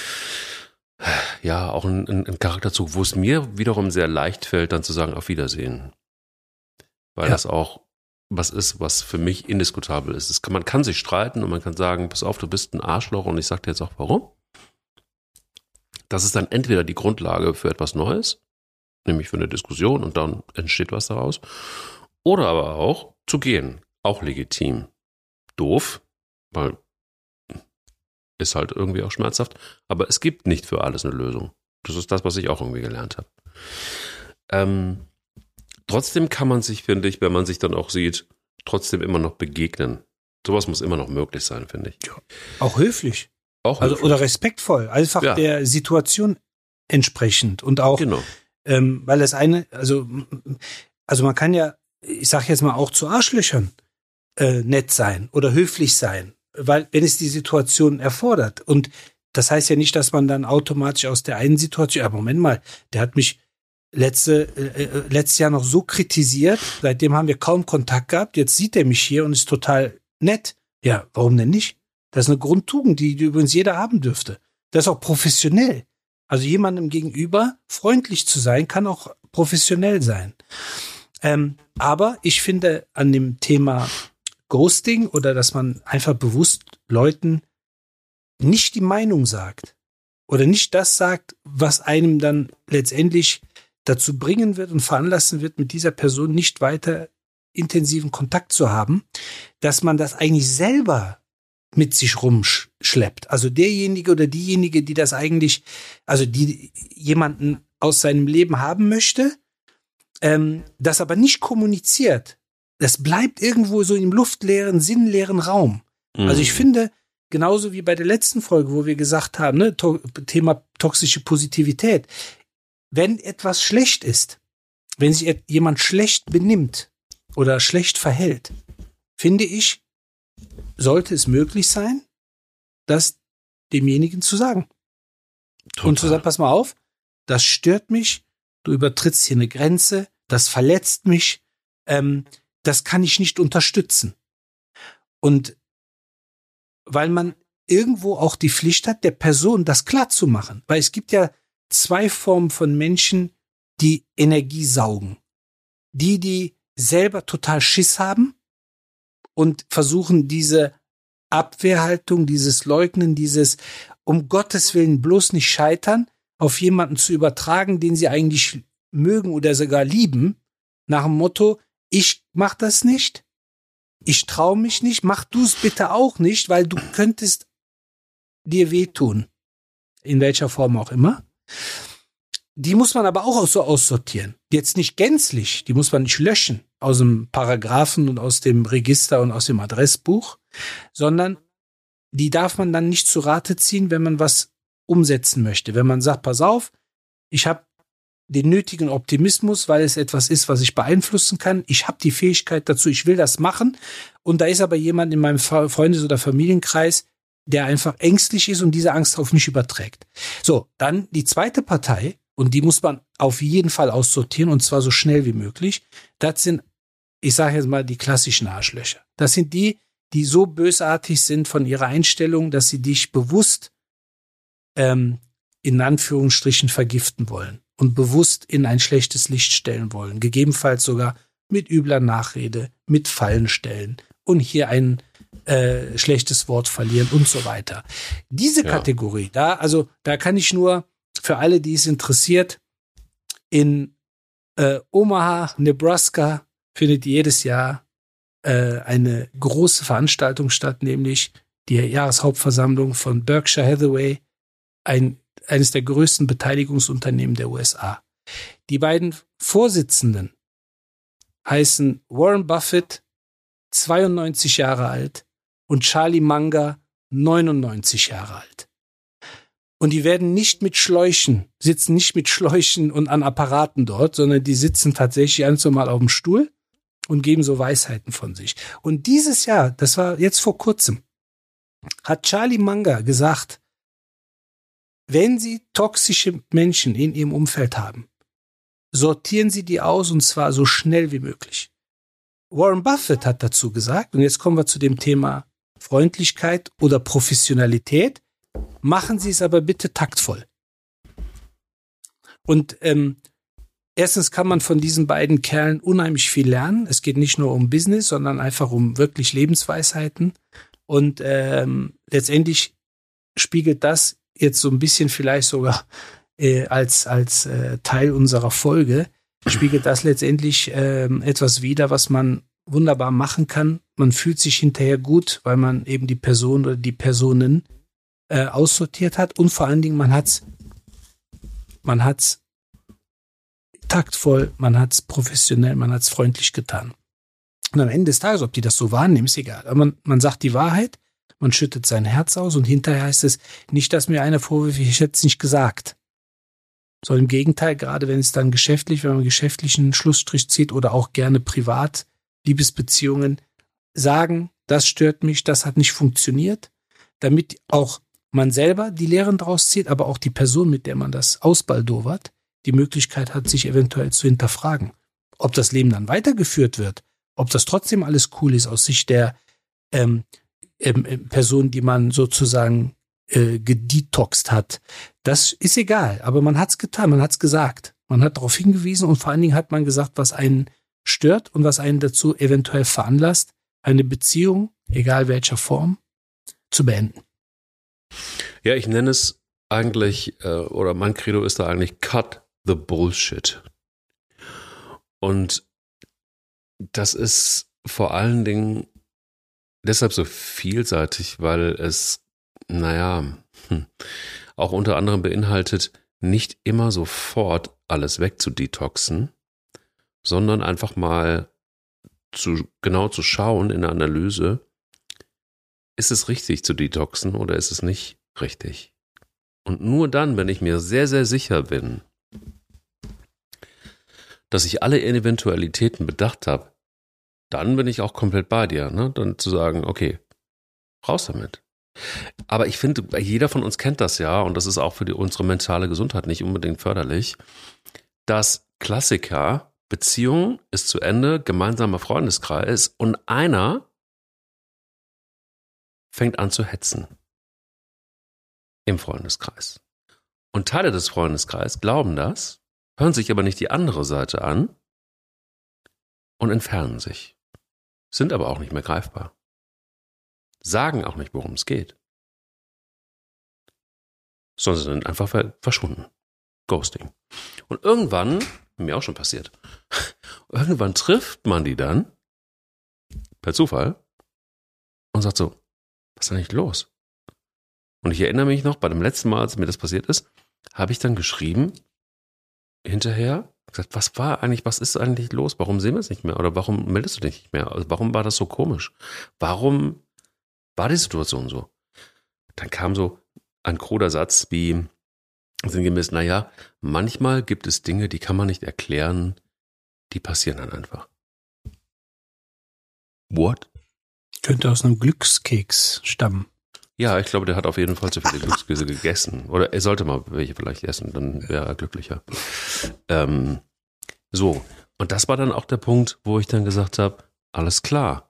[SPEAKER 2] ja, auch ein, ein Charakterzug, wo es mir wiederum sehr leicht fällt, dann zu sagen, auf Wiedersehen. Weil ja. das auch was ist, was für mich indiskutabel ist. Es kann, man kann sich streiten und man kann sagen, pass auf, du bist ein Arschloch, und ich sag dir jetzt auch warum. Das ist dann entweder die Grundlage für etwas Neues, nämlich für eine Diskussion, und dann entsteht was daraus, oder aber auch zu gehen, auch legitim. Doof, weil ist halt irgendwie auch schmerzhaft, aber es gibt nicht für alles eine Lösung. Das ist das, was ich auch irgendwie gelernt habe. Ähm, trotzdem kann man sich, finde ich, wenn man sich dann auch sieht, trotzdem immer noch begegnen. Sowas muss immer noch möglich sein, finde ich.
[SPEAKER 3] Ja, auch höflich.
[SPEAKER 2] Auch
[SPEAKER 3] also,
[SPEAKER 2] höflich.
[SPEAKER 3] Oder respektvoll. Einfach ja. der Situation entsprechend. Und auch,
[SPEAKER 2] genau.
[SPEAKER 3] ähm, weil das eine, also, also man kann ja ich sage jetzt mal auch zu Arschlöchern äh, nett sein oder höflich sein, weil wenn es die Situation erfordert. Und das heißt ja nicht, dass man dann automatisch aus der einen Situation, ja, Moment mal, der hat mich letzte, äh, letztes Jahr noch so kritisiert, seitdem haben wir kaum Kontakt gehabt, jetzt sieht er mich hier und ist total nett. Ja, warum denn nicht? Das ist eine Grundtugend, die, die übrigens jeder haben dürfte. Das ist auch professionell. Also jemandem gegenüber freundlich zu sein, kann auch professionell sein. Ähm, aber ich finde an dem Thema Ghosting oder dass man einfach bewusst Leuten nicht die Meinung sagt oder nicht das sagt, was einem dann letztendlich dazu bringen wird und veranlassen wird, mit dieser Person nicht weiter intensiven Kontakt zu haben, dass man das eigentlich selber mit sich rumschleppt. Also derjenige oder diejenige, die das eigentlich, also die jemanden aus seinem Leben haben möchte, ähm, das aber nicht kommuniziert. Das bleibt irgendwo so im luftleeren, sinnleeren Raum. Mhm. Also ich finde, genauso wie bei der letzten Folge, wo wir gesagt haben, ne, to- Thema toxische Positivität, wenn etwas schlecht ist, wenn sich jemand schlecht benimmt oder schlecht verhält, finde ich, sollte es möglich sein, das demjenigen zu sagen. Total. Und zu sagen, pass mal auf, das stört mich, du übertrittst hier eine Grenze, das verletzt mich, ähm, das kann ich nicht unterstützen. Und weil man irgendwo auch die Pflicht hat, der Person das klar zu machen. Weil es gibt ja zwei Formen von Menschen, die Energie saugen. Die, die selber total Schiss haben und versuchen, diese Abwehrhaltung, dieses Leugnen, dieses um Gottes Willen bloß nicht scheitern, auf jemanden zu übertragen, den sie eigentlich mögen oder sogar lieben, nach dem Motto, ich mach das nicht, ich traue mich nicht, mach du es bitte auch nicht, weil du könntest dir wehtun, in welcher Form auch immer. Die muss man aber auch so aussortieren. Jetzt nicht gänzlich, die muss man nicht löschen aus dem Paragraphen und aus dem Register und aus dem Adressbuch, sondern die darf man dann nicht zu Rate ziehen, wenn man was umsetzen möchte. Wenn man sagt, pass auf, ich habe den nötigen Optimismus, weil es etwas ist, was ich beeinflussen kann. Ich habe die Fähigkeit dazu, ich will das machen. Und da ist aber jemand in meinem Freundes- oder Familienkreis, der einfach ängstlich ist und diese Angst auf mich überträgt. So, dann die zweite Partei, und die muss man auf jeden Fall aussortieren, und zwar so schnell wie möglich. Das sind, ich sage jetzt mal, die klassischen Arschlöcher. Das sind die, die so bösartig sind von ihrer Einstellung, dass sie dich bewusst ähm, in Anführungsstrichen vergiften wollen und bewusst in ein schlechtes Licht stellen wollen. Gegebenenfalls sogar mit übler Nachrede, mit Fallen stellen und hier ein äh, schlechtes Wort verlieren und so weiter. Diese ja. Kategorie, da, also da kann ich nur für alle, die es interessiert, in äh, Omaha, Nebraska findet jedes Jahr äh, eine große Veranstaltung statt, nämlich die Jahreshauptversammlung von Berkshire Hathaway, ein, eines der größten Beteiligungsunternehmen der U S A. Die beiden Vorsitzenden heißen Warren Buffett, zweiundneunzig Jahre alt, und Charlie Munger, neunundneunzig Jahre alt. Und die werden nicht mit Schläuchen, sitzen nicht mit Schläuchen und an Apparaten dort, sondern die sitzen tatsächlich ganz normal auf dem Stuhl und geben so Weisheiten von sich. Und dieses Jahr, das war jetzt vor kurzem, hat Charlie Munger gesagt, wenn Sie toxische Menschen in Ihrem Umfeld haben, sortieren Sie die aus, und zwar so schnell wie möglich. Warren Buffett hat dazu gesagt, und jetzt kommen wir zu dem Thema Freundlichkeit oder Professionalität, machen Sie es aber bitte taktvoll. Und ähm, erstens kann man von diesen beiden Kerlen unheimlich viel lernen. Es geht nicht nur um Business, sondern einfach um wirklich Lebensweisheiten. Und ähm, letztendlich spiegelt das jetzt so ein bisschen vielleicht sogar äh, als, als äh, Teil unserer Folge, spiegelt das letztendlich äh, etwas wider, was man wunderbar machen kann. Man fühlt sich hinterher gut, weil man eben die Person oder die Personen äh, aussortiert hat, und vor allen Dingen man hat's man hat's taktvoll, man hat's professionell, man hat's freundlich getan. Und am Ende des Tages, ob die das so wahrnehmen, ist egal. Aber man, man sagt die Wahrheit, man schüttet sein Herz aus, und hinterher heißt es nicht, dass mir einer vorwirft, ich hätte es nicht gesagt. Sondern im Gegenteil, gerade wenn es dann geschäftlich, wenn man einen geschäftlichen Schlussstrich zieht oder auch gerne privat, Liebesbeziehungen, sagen, das stört mich, das hat nicht funktioniert, damit auch man selber die Lehren draus zieht, aber auch die Person, mit der man das ausbaldowert, die Möglichkeit hat, sich eventuell zu hinterfragen. Ob das Leben dann weitergeführt wird, ob das trotzdem alles cool ist aus Sicht der ähm, ähm, Person, die man sozusagen äh, gedetoxt hat, das ist egal. Aber man hat es getan, man hat es gesagt. Man hat darauf hingewiesen und vor allen Dingen hat man gesagt, was einen stört und was einen dazu eventuell veranlasst, eine Beziehung, egal welcher Form, zu beenden.
[SPEAKER 2] Ja, ich nenne es eigentlich, äh, oder mein Credo ist da eigentlich Cut the Bullshit. Und das ist vor allen Dingen deshalb so vielseitig, weil es, naja, hm, auch unter anderem beinhaltet, nicht immer sofort alles wegzudetoxen, sondern einfach mal zu, genau zu schauen in der Analyse, ist es richtig zu detoxen oder ist es nicht richtig? Und nur dann, wenn ich mir sehr, sehr sicher bin, dass ich alle Eventualitäten bedacht habe, dann bin ich auch komplett bei dir, ne? Dann zu sagen, okay, raus damit. Aber ich finde, jeder von uns kennt das ja, und das ist auch für die, unsere mentale Gesundheit nicht unbedingt förderlich, dass Klassiker, Beziehung ist zu Ende, gemeinsamer Freundeskreis und einer fängt an zu hetzen im Freundeskreis. Und Teile des Freundeskreises glauben das, hören sich aber nicht die andere Seite an und entfernen sich, sind aber auch nicht mehr greifbar, sagen auch nicht, worum es geht, sondern sind einfach verschwunden. Ghosting. Und irgendwann, mir auch schon passiert, irgendwann trifft man die dann per Zufall und sagt so, was ist denn nicht los? Und ich erinnere mich noch, bei dem letzten Mal, als mir das passiert ist, habe ich dann geschrieben, hinterher, gesagt, was war eigentlich, was ist eigentlich los? Warum sehen wir es nicht mehr? Oder warum meldest du dich nicht mehr? Also warum war das so komisch? Warum war die Situation so? Dann kam so ein kruder Satz wie, sinngemäß, naja, manchmal gibt es Dinge, die kann man nicht erklären, die passieren dann einfach. What?
[SPEAKER 3] Könnte aus einem Glückskeks stammen.
[SPEAKER 2] Ja, ich glaube, der hat auf jeden Fall zu viele Glückskekse gegessen. Oder er sollte mal welche vielleicht essen, dann wäre er glücklicher. Ähm, so, und das war dann auch der Punkt, wo ich dann gesagt habe, alles klar.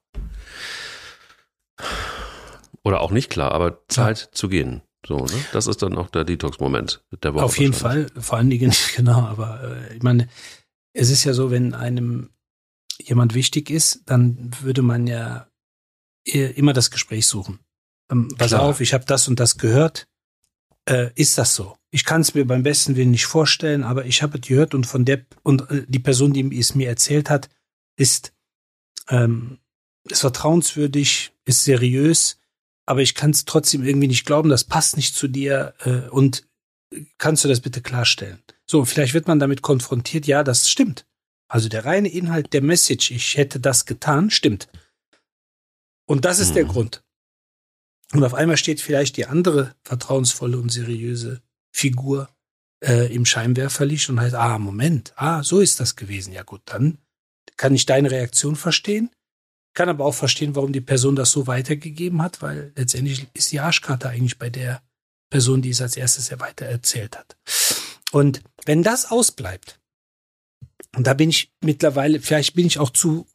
[SPEAKER 2] Oder auch nicht klar, aber Zeit ja. zu gehen. So, ne? Das ist dann auch der Detox-Moment der Woche.
[SPEAKER 3] Auf jeden Fall, vor allen Dingen, genau, aber äh, ich meine, es ist ja so, wenn einem jemand wichtig ist, dann würde man ja immer das Gespräch suchen. Ähm, pass Klar. auf, ich habe das und das gehört. Äh, ist das so? Ich kann es mir beim besten Willen nicht vorstellen, aber ich habe es gehört und von der und äh, die Person, die es mir erzählt hat, ist, ähm, ist vertrauenswürdig, ist seriös, aber ich kann es trotzdem irgendwie nicht glauben, das passt nicht zu dir äh, und kannst du das bitte klarstellen? So, vielleicht wird man damit konfrontiert, ja, das stimmt. Also der reine Inhalt der Message, ich hätte das getan, stimmt. Und das ist mhm. der Grund. Und auf einmal steht vielleicht die andere vertrauensvolle und seriöse Figur äh, im Scheinwerferlicht und heißt, ah, Moment, ah, so ist das gewesen. Ja gut, dann kann ich deine Reaktion verstehen, kann aber auch verstehen, warum die Person das so weitergegeben hat, weil letztendlich ist die Arschkarte eigentlich bei der Person, die es als erstes ja weiter erzählt hat. Und wenn das ausbleibt, und da bin ich mittlerweile, vielleicht bin ich auch zu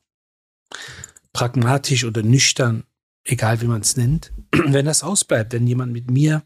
[SPEAKER 3] pragmatisch oder nüchtern, egal wie man es nennt, wenn das ausbleibt, wenn jemand mit mir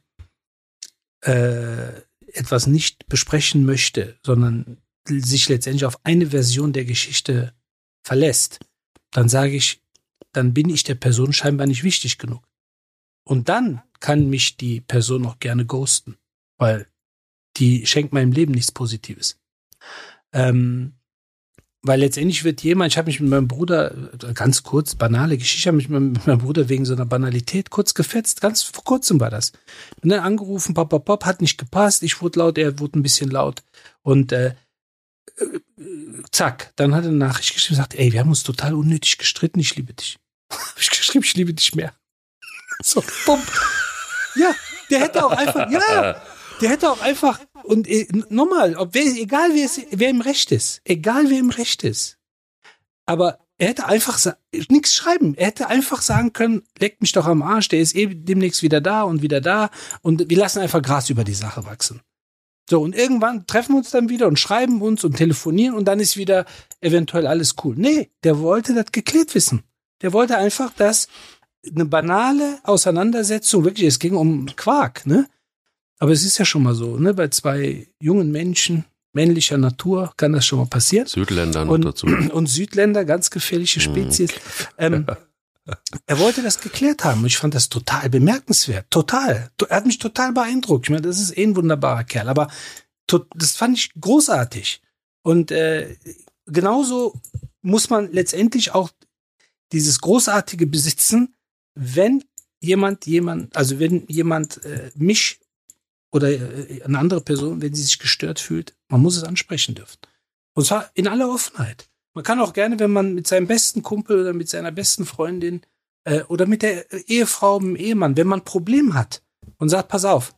[SPEAKER 3] äh, etwas nicht besprechen möchte, sondern sich letztendlich auf eine Version der Geschichte verlässt, dann sage ich, dann bin ich der Person scheinbar nicht wichtig genug. Und dann kann mich die Person auch gerne ghosten, weil die schenkt meinem Leben nichts Positives. Ähm, Weil letztendlich wird jemand, ich habe mich mit meinem Bruder, ganz kurz, banale Geschichte, habe mich mit meinem Bruder wegen so einer Banalität kurz gefetzt, ganz vor kurzem war das. Und dann angerufen, pop, pop, pop, hat nicht gepasst, ich wurde laut, er wurde ein bisschen laut. Und äh, äh, zack, dann hat er eine Nachricht geschrieben und gesagt, ey, wir haben uns total unnötig gestritten, ich liebe dich. Habe ich geschrieben, ich liebe dich mehr. So, bumm. Ja, der hätte auch einfach, ja, der hätte auch einfach und äh, nochmal, ob wer, egal wer, es, wer im Recht ist, egal wer im Recht ist, aber er hätte einfach nichts schreiben. Er hätte einfach sagen können, leck mich doch am Arsch, der ist eh demnächst wieder da und wieder da und wir lassen einfach Gras über die Sache wachsen. So, und irgendwann treffen wir uns dann wieder und schreiben uns und telefonieren und dann ist wieder eventuell alles cool. Nee, der wollte das geklärt wissen. Der wollte einfach, dass eine banale Auseinandersetzung, wirklich, es ging um Quark, ne? Aber es ist ja schon mal so, ne? Bei zwei jungen Menschen männlicher Natur kann das schon mal passieren.
[SPEAKER 2] Südländer noch
[SPEAKER 3] und,
[SPEAKER 2] dazu. Und
[SPEAKER 3] Südländer, ganz gefährliche Spezies. ähm, er wollte das geklärt haben und ich fand das total bemerkenswert. Total. Er hat mich total beeindruckt. Ich meine, das ist eh ein wunderbarer Kerl, aber to- das fand ich großartig. Und äh, genauso muss man letztendlich auch dieses Großartige besitzen, wenn jemand, jemand, also wenn jemand äh, mich oder äh, eine andere Person, wenn sie sich gestört fühlt, man muss es ansprechen dürfen. Und zwar in aller Offenheit. Man kann auch gerne, wenn man mit seinem besten Kumpel oder mit seiner besten Freundin äh, oder mit der Ehefrau, mit dem Ehemann, wenn man ein Problem hat und sagt, pass auf,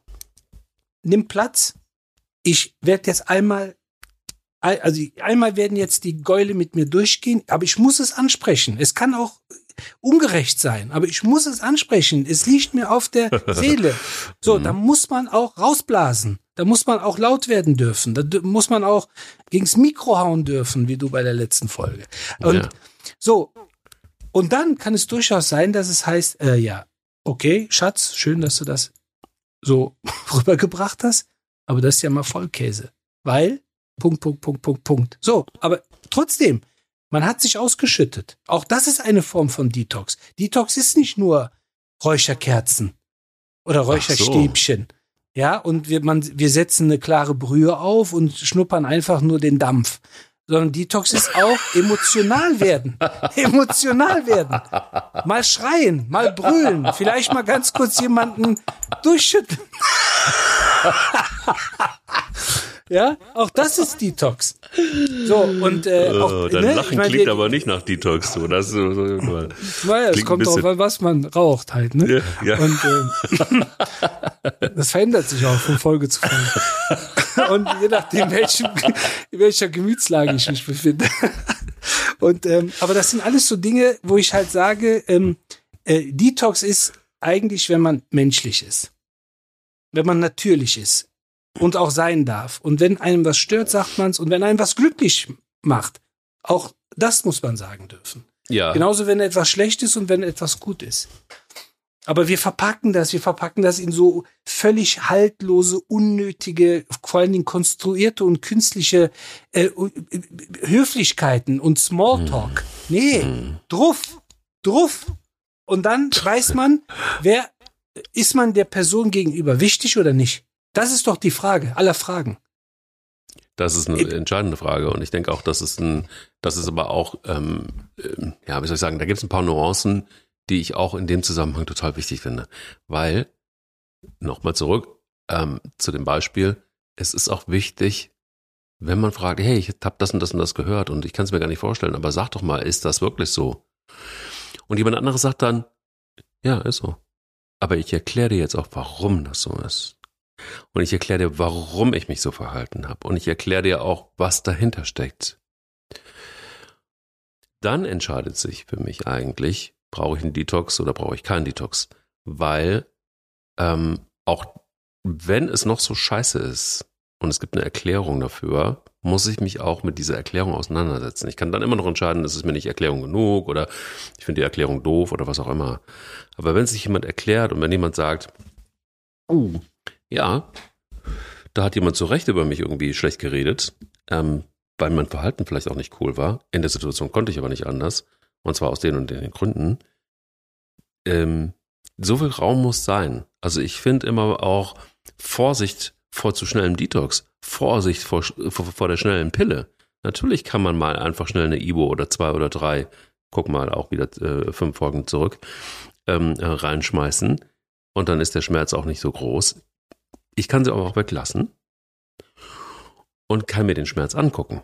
[SPEAKER 3] nimm Platz, ich werde jetzt einmal Also einmal werden jetzt die Gäule mit mir durchgehen, aber ich muss es ansprechen. Es kann auch ungerecht sein, aber ich muss es ansprechen. Es liegt mir auf der Seele. So, da muss man auch rausblasen. Da muss man auch laut werden dürfen. Da muss man auch gegens Mikro hauen dürfen, wie du bei der letzten Folge. Und ja. so, und dann kann es durchaus sein, dass es heißt, äh, ja, okay, Schatz, schön, dass du das so rübergebracht hast, aber das ist ja mal Vollkäse. Weil Punkt, Punkt, Punkt, Punkt, Punkt. So, aber trotzdem, man hat sich ausgeschüttet. Auch das ist eine Form von Detox. Detox ist nicht nur Räucherkerzen oder Räucherstäbchen. So. Ja, und wir, man, wir setzen eine klare Brühe auf und schnuppern einfach nur den Dampf. Sondern Detox ist auch emotional werden. Emotional werden. Mal schreien, mal brüllen, vielleicht mal ganz kurz jemanden durchschütteln. Ja, auch das ist Detox. So, und äh, auch,
[SPEAKER 2] oh, dein
[SPEAKER 3] ne?
[SPEAKER 2] Lachen
[SPEAKER 3] ich mein,
[SPEAKER 2] klingt
[SPEAKER 3] wir,
[SPEAKER 2] aber nicht nach Detox. So. Das ist so, so,
[SPEAKER 3] naja, es kommt drauf an, was man raucht halt. Ne? Ja, ja. Und äh, das verändert sich auch von Folge zu Folge. Und je nachdem, welchem, in welcher Gemütslage ich mich befinde. Und ähm, aber das sind alles so Dinge, wo ich halt sage, ähm, äh, Detox ist eigentlich, wenn man menschlich ist. Wenn man natürlich ist. Und auch sein darf. Und wenn einem was stört, sagt man es. Und wenn einem was glücklich macht, auch das muss man sagen dürfen.
[SPEAKER 2] Ja.
[SPEAKER 3] Genauso, wenn etwas schlecht ist und wenn etwas gut ist. Aber wir verpacken das, wir verpacken das in so völlig haltlose, unnötige, vor allen Dingen konstruierte und künstliche äh, Höflichkeiten und Smalltalk. Mm. Nee, mm. druff, druff. Und dann weiß man, wer ist man der Person gegenüber wichtig oder nicht? Das ist doch die Frage aller Fragen.
[SPEAKER 2] Das ist eine entscheidende Frage und ich denke auch, das ist ein, das ist aber auch, ähm, ja, wie soll ich sagen, da gibt es ein paar Nuancen, die ich auch in dem Zusammenhang total wichtig finde, weil, nochmal zurück ähm, zu dem Beispiel, es ist auch wichtig, wenn man fragt, hey, ich habe das und das und das gehört und ich kann es mir gar nicht vorstellen, aber sag doch mal, ist das wirklich so? Und jemand anderes sagt dann, ja, ist so. Aber ich erkläre dir jetzt auch, warum das so ist. Und ich erkläre dir, warum ich mich so verhalten habe. Und ich erkläre dir auch, was dahinter steckt. Dann entscheidet sich für mich eigentlich, brauche ich einen Detox oder brauche ich keinen Detox. Weil ähm, auch wenn es noch so scheiße ist und es gibt eine Erklärung dafür, muss ich mich auch mit dieser Erklärung auseinandersetzen. Ich kann dann immer noch entscheiden, ist es mir nicht Erklärung genug oder ich finde die Erklärung doof oder was auch immer. Aber wenn sich jemand erklärt und wenn jemand sagt, oh, ja, da hat jemand zu Recht über mich irgendwie schlecht geredet, ähm, weil mein Verhalten vielleicht auch nicht cool war. In der Situation konnte ich aber nicht anders. Und zwar aus den und den Gründen. Ähm, so viel Raum muss sein. Also ich finde immer auch Vorsicht vor zu schnellem Detox. Vorsicht vor, vor, vor der schnellen Pille. Natürlich kann man mal einfach schnell eine Ibo oder zwei oder drei, guck mal, auch wieder äh, fünf Folgen zurück, ähm, äh, reinschmeißen. Und dann ist der Schmerz auch nicht so groß. Ich kann sie aber auch weglassen und kann mir den Schmerz angucken.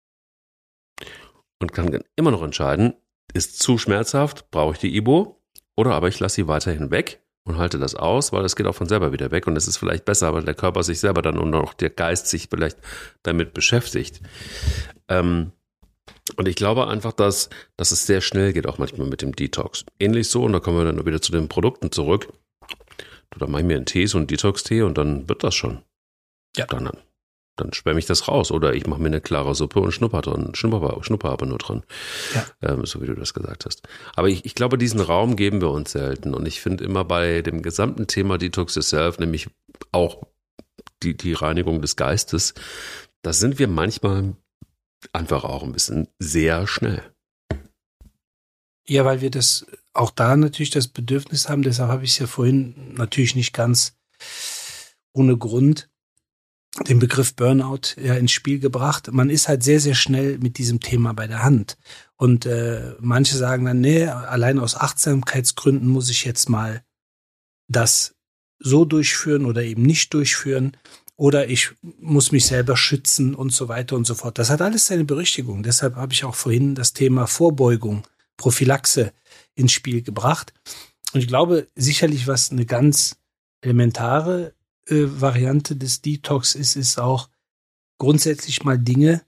[SPEAKER 2] Und kann immer noch entscheiden, ist zu schmerzhaft, brauche ich die Ibo, oder aber ich lasse sie weiterhin weg und halte das aus, weil es geht auch von selber wieder weg und es ist vielleicht besser, weil der Körper sich selber dann und auch der Geist sich vielleicht damit beschäftigt. Ähm, und ich glaube einfach, dass, dass es sehr schnell geht, auch manchmal mit dem Detox. Ähnlich so, und da kommen wir dann wieder zu den Produkten zurück. Du, da mach ich mir einen Tee, so einen Detox-Tee und dann wird das schon.
[SPEAKER 3] Ja.
[SPEAKER 2] Dann, dann schwemme ich das raus. Oder ich mache mir eine klare Suppe und schnupper drin, schnupper, schnupper aber nur drin. Ja. Ähm, so wie du das gesagt hast. Aber ich, ich glaube, diesen Raum geben wir uns selten. Und ich finde immer bei dem gesamten Thema Detox Yourself, nämlich auch die, die Reinigung des Geistes, da sind wir manchmal einfach auch ein bisschen sehr schnell.
[SPEAKER 3] Ja, weil wir das auch da natürlich das Bedürfnis haben, deshalb habe ich es ja vorhin natürlich nicht ganz ohne Grund den Begriff Burnout ja ins Spiel gebracht. Man ist halt sehr, sehr schnell mit diesem Thema bei der Hand. Und äh, manche sagen dann, nee, allein aus Achtsamkeitsgründen muss ich jetzt mal das so durchführen oder eben nicht durchführen. Oder ich muss mich selber schützen und so weiter und so fort. Das hat alles seine Berechtigung. Deshalb habe ich auch vorhin das Thema Vorbeugung, Prophylaxe ins Spiel gebracht. Und ich glaube sicherlich, was eine ganz elementare äh, Variante des Detox ist, ist auch grundsätzlich mal Dinge,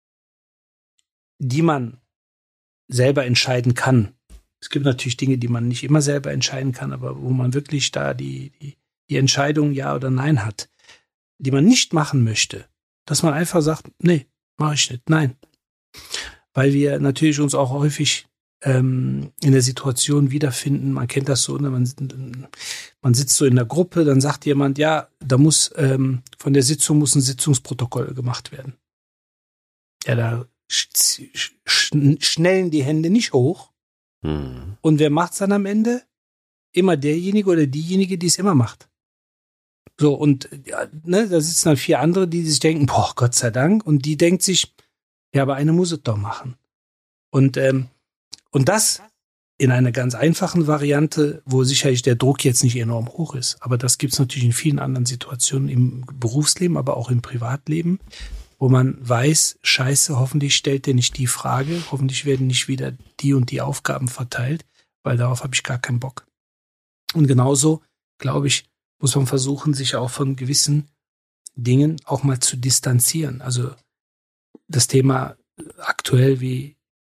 [SPEAKER 3] die man selber entscheiden kann. Es gibt natürlich Dinge, die man nicht immer selber entscheiden kann, aber wo man wirklich da die, die, die Entscheidung Ja oder Nein hat, die man nicht machen möchte, dass man einfach sagt, nee, mache ich nicht, nein. Weil wir natürlich uns auch häufig ähm, in der Situation wiederfinden, man kennt das so, ne? man, man sitzt so in der Gruppe, dann sagt jemand, ja, da muss ähm, von der Sitzung muss ein Sitzungsprotokoll gemacht werden. Ja, da sch- sch- schnellen die Hände nicht hoch. Hm. Und wer macht's dann am Ende? Immer derjenige oder diejenige, die es immer macht. So, und ja, ne, da sitzen dann vier andere, die sich denken, boah, Gott sei Dank. Und die denkt sich, ja, aber eine muss es doch machen. Und, ähm, und das in einer ganz einfachen Variante, wo sicherlich der Druck jetzt nicht enorm hoch ist. Aber das gibt's natürlich in vielen anderen Situationen im Berufsleben, aber auch im Privatleben, wo man weiß, scheiße, hoffentlich stellt der nicht die Frage, hoffentlich werden nicht wieder die und die Aufgaben verteilt, weil darauf habe ich gar keinen Bock. Und genauso, glaube ich, muss man versuchen, sich auch von gewissen Dingen auch mal zu distanzieren. Also das Thema aktuell, wie,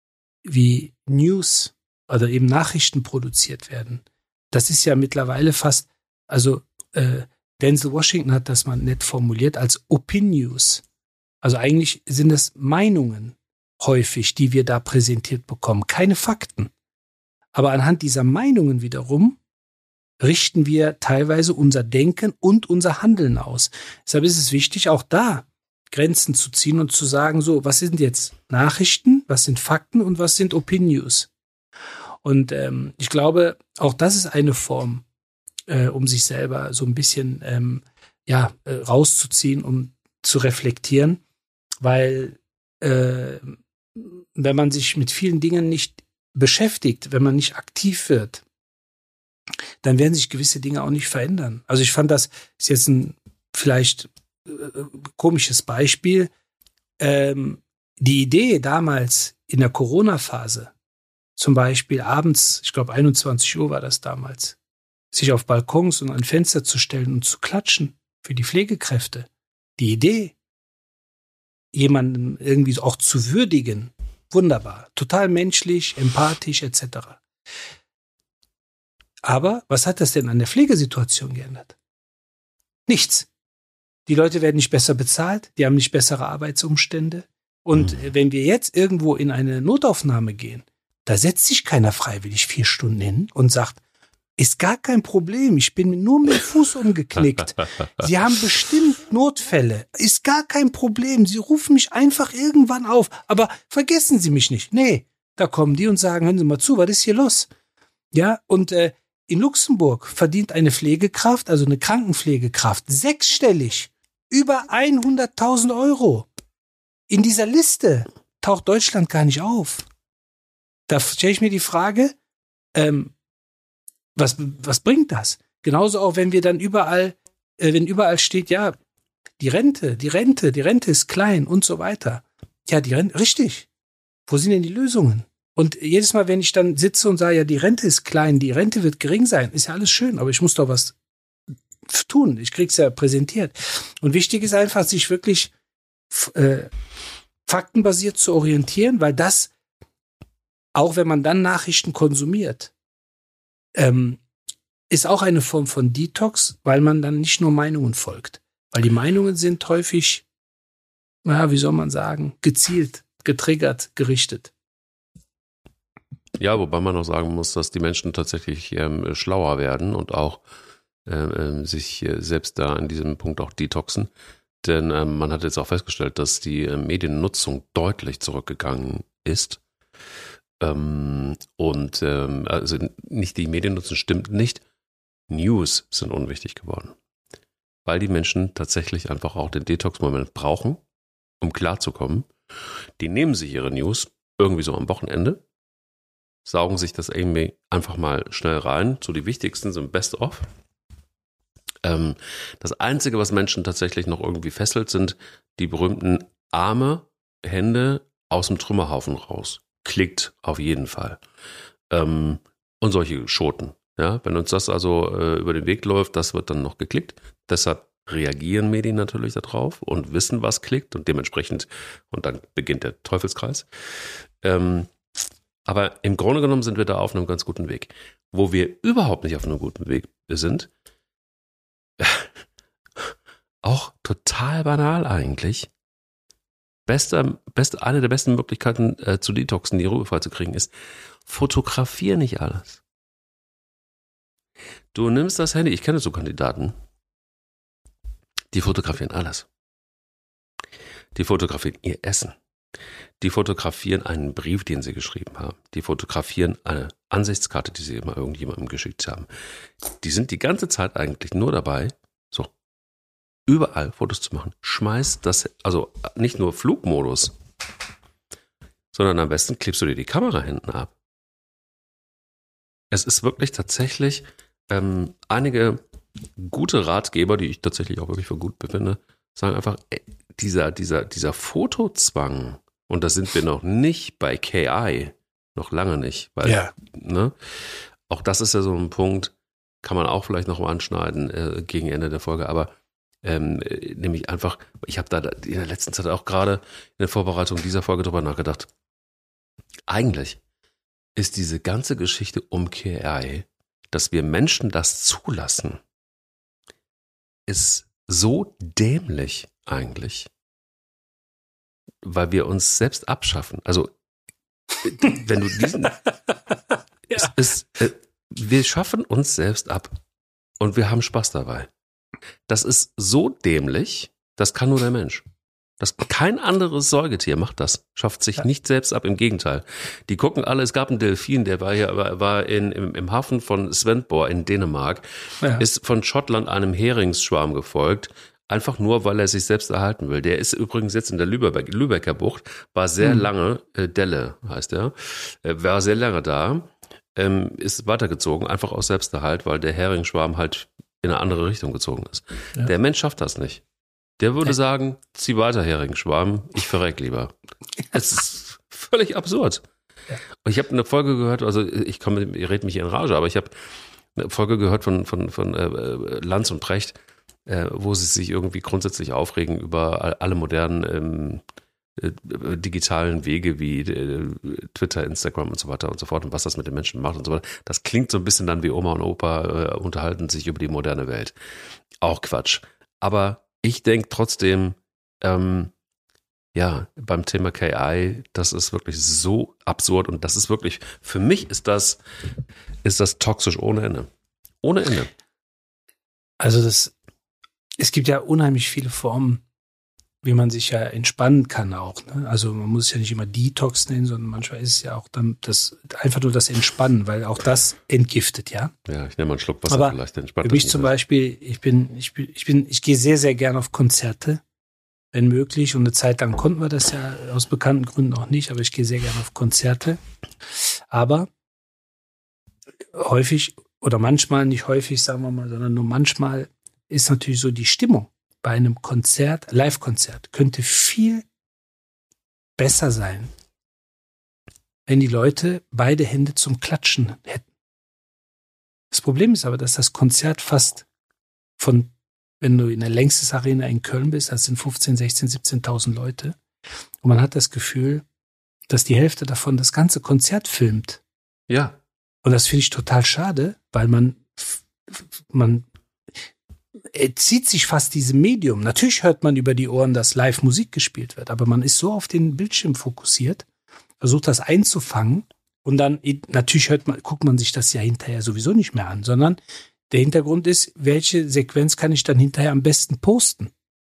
[SPEAKER 3] wie News oder eben Nachrichten produziert werden, das ist ja mittlerweile fast, also äh, Denzel Washington hat das mal nett formuliert als Opinions. Also eigentlich sind es Meinungen häufig, die wir da präsentiert bekommen, keine Fakten. Aber anhand dieser Meinungen wiederum richten wir teilweise unser Denken und unser Handeln aus. Deshalb ist es wichtig, auch da Grenzen zu ziehen und zu sagen, so, was sind jetzt Nachrichten, was sind Fakten und was sind Opinions? Und ähm, ich glaube, auch das ist eine Form, äh, um sich selber so ein bisschen ähm, ja, äh, rauszuziehen, um zu reflektieren, weil äh, wenn man sich mit vielen Dingen nicht beschäftigt, wenn man nicht aktiv wird, dann werden sich gewisse Dinge auch nicht verändern. Also ich fand, das ist jetzt ein vielleicht äh, komisches Beispiel. Ähm, die Idee damals in der Corona-Phase, zum Beispiel abends, ich glaube einundzwanzig Uhr war das damals, sich auf Balkons und an Fenster zu stellen und zu klatschen für die Pflegekräfte. Die Idee, jemanden irgendwie auch zu würdigen, wunderbar, total menschlich, empathisch et cetera. Aber was hat das denn an der Pflegesituation geändert? Nichts. Die Leute werden nicht besser bezahlt, die haben nicht bessere Arbeitsumstände. Und mhm. wenn wir jetzt irgendwo in eine Notaufnahme gehen, da setzt sich keiner freiwillig vier Stunden hin und sagt, ist gar kein Problem, ich bin nur mit dem Fuß umgeknickt. Sie haben bestimmt Notfälle, ist gar kein Problem. Sie rufen mich einfach irgendwann auf, aber vergessen Sie mich nicht. Nee, da kommen die und sagen, hören Sie mal zu, was ist hier los? Ja, und äh, in Luxemburg verdient eine Pflegekraft, also eine Krankenpflegekraft, sechsstellig, über hunderttausend Euro. In dieser Liste taucht Deutschland gar nicht auf. Da stelle ich mir die Frage, ähm, was, was bringt das? Genauso auch, wenn wir dann überall, äh, wenn überall steht, ja, die Rente, die Rente, die Rente ist klein und so weiter. Ja, die Rente, richtig. Wo sind denn die Lösungen? Und jedes Mal, wenn ich dann sitze und sage, ja, die Rente ist klein, die Rente wird gering sein, ist ja alles schön, aber ich muss doch was tun. Ich krieg's ja präsentiert. Und wichtig ist einfach, sich wirklich äh, faktenbasiert zu orientieren, weil das, auch wenn man dann Nachrichten konsumiert, ähm, ist auch eine Form von Detox, weil man dann nicht nur Meinungen folgt. Weil die Meinungen sind häufig, na, wie soll man sagen, gezielt, getriggert, gerichtet.
[SPEAKER 2] Ja, wobei man auch sagen muss, dass die Menschen tatsächlich ähm, schlauer werden und auch äh, sich äh, selbst da an diesem Punkt auch detoxen. Denn ähm, man hat jetzt auch festgestellt, dass die äh, Mediennutzung deutlich zurückgegangen ist. Ähm, und ähm, also nicht die Mediennutzung stimmt nicht. News sind unwichtig geworden. Weil die Menschen tatsächlich einfach auch den Detox-Moment brauchen, um klarzukommen. Die nehmen sich ihre News irgendwie so am Wochenende, saugen sich das irgendwie einfach mal schnell rein. So die wichtigsten sind Best of. Ähm, das Einzige, was Menschen tatsächlich noch irgendwie fesselt, sind die berühmten Arme, Hände aus dem Trümmerhaufen raus. Klickt auf jeden Fall. Ähm, und solche Schoten. Ja, wenn uns das also äh, über den Weg läuft, das wird dann noch geklickt. Deshalb reagieren Medien natürlich darauf und wissen, was klickt und dementsprechend, und dann beginnt der Teufelskreis. Ähm, Aber im Grunde genommen sind wir da auf einem ganz guten Weg. Wo wir überhaupt nicht auf einem guten Weg sind, auch total banal eigentlich. Beste, beste, eine der besten Möglichkeiten äh, zu detoxen, die Ruhe frei zu kriegen, ist, fotografier nicht alles. Du nimmst das Handy, ich kenne so Kandidaten, die fotografieren alles. Die fotografieren ihr Essen. Die fotografieren einen Brief, den sie geschrieben haben. Die fotografieren eine Ansichtskarte, die sie immer irgendjemandem geschickt haben. Die sind die ganze Zeit eigentlich nur dabei, so überall Fotos zu machen. Schmeiß das, also nicht nur Flugmodus, sondern am besten klebst du dir die Kamera hinten ab. Es ist wirklich tatsächlich ähm, einige gute Ratgeber, die ich tatsächlich auch wirklich für gut befinde, sagen einfach, ey, dieser, dieser, dieser Fotozwang, und da sind wir noch nicht bei K I, noch lange nicht, weil,
[SPEAKER 3] ja.
[SPEAKER 2] ne, auch das ist ja so ein Punkt, kann man auch vielleicht noch mal anschneiden äh, gegen Ende der Folge, aber ähm, nämlich einfach, ich habe da in der letzten Zeit auch gerade in der Vorbereitung dieser Folge drüber nachgedacht, eigentlich ist diese ganze Geschichte um K I, dass wir Menschen das zulassen, ist so dämlich eigentlich, weil wir uns selbst abschaffen. Also, wenn du diesen...
[SPEAKER 3] ja.
[SPEAKER 2] es, es, äh, wir schaffen uns selbst ab und wir haben Spaß dabei. Das ist so dämlich, das kann nur der Mensch. Das, kein anderes Säugetier macht das, schafft sich
[SPEAKER 3] ja.
[SPEAKER 2] nicht selbst ab, im Gegenteil. Die gucken alle, es gab einen Delfin, der war hier, war, war in, im, im Hafen von Svendborg in Dänemark, ja. ist von Schottland einem Heringsschwarm gefolgt, einfach nur, weil er sich selbst erhalten will. Der ist übrigens jetzt in der Lübeck, Lübecker Bucht, war sehr mhm. lange, äh, Delle heißt er, äh, war sehr lange da, ähm, ist weitergezogen, einfach aus Selbsterhalt, weil der Heringsschwarm halt in eine andere Richtung gezogen ist. Ja. Der Mensch schafft das nicht. Der würde sagen, zieh weiter, Heringsschwarm, ich verreck lieber. Es ist völlig absurd. Ja. Und ich habe eine Folge gehört, also ich komme, ihr redet mich in Rage, aber ich habe eine Folge gehört von, von, von äh, Lanz und Precht, äh, wo sie sich irgendwie grundsätzlich aufregen über alle modernen ähm, äh, digitalen Wege wie äh, Twitter, Instagram und so weiter und so fort und was das mit den Menschen macht und so weiter. Das klingt so ein bisschen dann wie Oma und Opa äh, unterhalten sich über die moderne Welt. Auch Quatsch. Aber ich denke trotzdem, ähm, ja, beim Thema K I, das ist wirklich so absurd und das ist wirklich, für mich ist das, ist das toxisch ohne Ende. Ohne Ende.
[SPEAKER 3] Also das, es gibt ja unheimlich viele Formen, wie man sich ja entspannen kann auch. Ne? Also man muss es ja nicht immer Detox nennen, sondern manchmal ist es ja auch dann das, einfach nur das Entspannen, weil auch das entgiftet, ja.
[SPEAKER 2] Ja, ich nehme mal einen Schluck Wasser,
[SPEAKER 3] aber
[SPEAKER 2] vielleicht entspannt.
[SPEAKER 3] Für mich zum Beispiel, ich bin, ich bin, ich bin, ich gehe sehr, sehr gern auf Konzerte, wenn möglich. Und eine Zeit lang konnten wir das ja aus bekannten Gründen auch nicht, aber ich gehe sehr gern auf Konzerte. Aber häufig oder manchmal, nicht häufig, sagen wir mal, sondern nur manchmal ist natürlich so die Stimmung bei einem Konzert, Live-Konzert, könnte viel besser sein, wenn die Leute beide Hände zum Klatschen hätten. Das Problem ist aber, dass das Konzert fast von, wenn du in der Längstes Arena in Köln bist, das sind fünfzehn, sechzehn, siebzehntausend Leute. Und man hat das Gefühl, dass die Hälfte davon das ganze Konzert filmt.
[SPEAKER 2] Ja.
[SPEAKER 3] Und das finde ich total schade, weil man, man zieht sich fast diesem Medium. Natürlich hört man über die Ohren, dass live Musik gespielt wird, aber man ist so auf den Bildschirm fokussiert, versucht das einzufangen und dann, natürlich hört man, guckt man sich das ja hinterher sowieso nicht mehr an, sondern der Hintergrund ist, welche Sequenz kann ich dann hinterher am besten posten?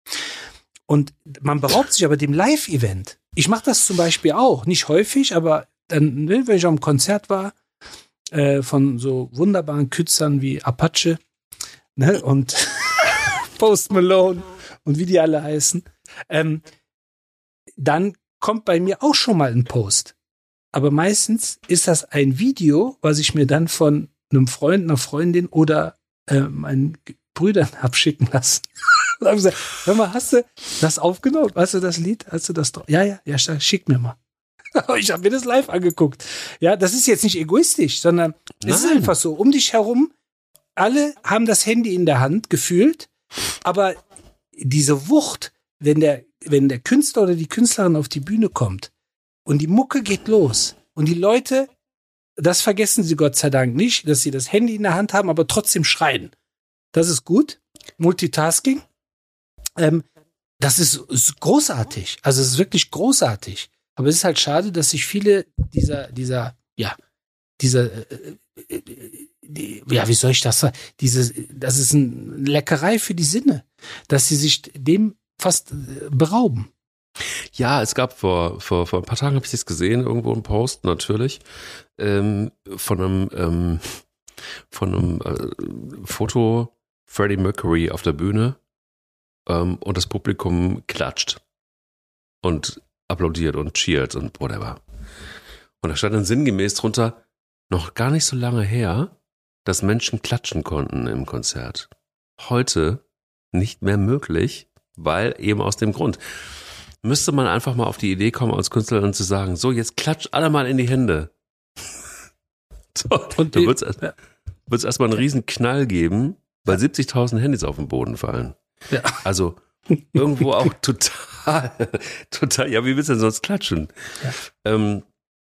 [SPEAKER 3] Und man beraubt sich aber dem Live-Event. Ich mache das zum Beispiel auch, nicht häufig, aber dann, wenn ich am Konzert war, äh, von so wunderbaren Künstlern wie Apache, ne, und Post Malone und wie die alle heißen, ähm, dann kommt bei mir auch schon mal ein Post. Aber meistens ist das ein Video, was ich mir dann von einem Freund, einer Freundin oder äh, meinen Brüdern abschicken lassen. Und habe gesagt, hör mal, hast du das aufgenommen? Hast du das Lied? Hast du das drauf? Ja, ja, ja, schick mir mal. Ich habe mir das live angeguckt. Ja, das ist jetzt nicht egoistisch, sondern es ist einfach so, um dich herum, alle haben das Handy in der Hand gefühlt, aber diese Wucht, wenn der, wenn der Künstler oder die Künstlerin auf die Bühne kommt und die Mucke geht los und die Leute, das vergessen sie Gott sei Dank nicht, dass sie das Handy in der Hand haben, aber trotzdem schreien. Das ist gut. Multitasking. Ähm, das ist, ist großartig. Also es ist wirklich großartig. Aber es ist halt schade, dass sich viele dieser, dieser, ja, dieser, äh, äh, die, ja, wie soll ich das sagen? Diese, das ist eine Leckerei für die Sinne, dass sie sich dem fast äh, berauben.
[SPEAKER 2] Ja, es gab vor, vor, vor ein paar Tagen, habe ich das gesehen, irgendwo ein Post, natürlich, ähm, von einem, ähm, von einem äh, Foto Freddie Mercury auf der Bühne ähm, und das Publikum klatscht und applaudiert und cheert und whatever. Und da stand dann sinngemäß drunter, noch gar nicht so lange her, dass Menschen klatschen konnten im Konzert. Heute nicht mehr möglich, weil eben aus dem Grund. Müsste man einfach mal auf die Idee kommen, als Künstlerin zu sagen, so, jetzt klatscht alle mal in die Hände. So, und da wird es erstmal einen riesen Knall geben, weil siebzigtausend Handys auf den Boden fallen.
[SPEAKER 3] Ja.
[SPEAKER 2] Also irgendwo auch total, total, ja, wie willst du denn sonst klatschen? Ja. Ähm,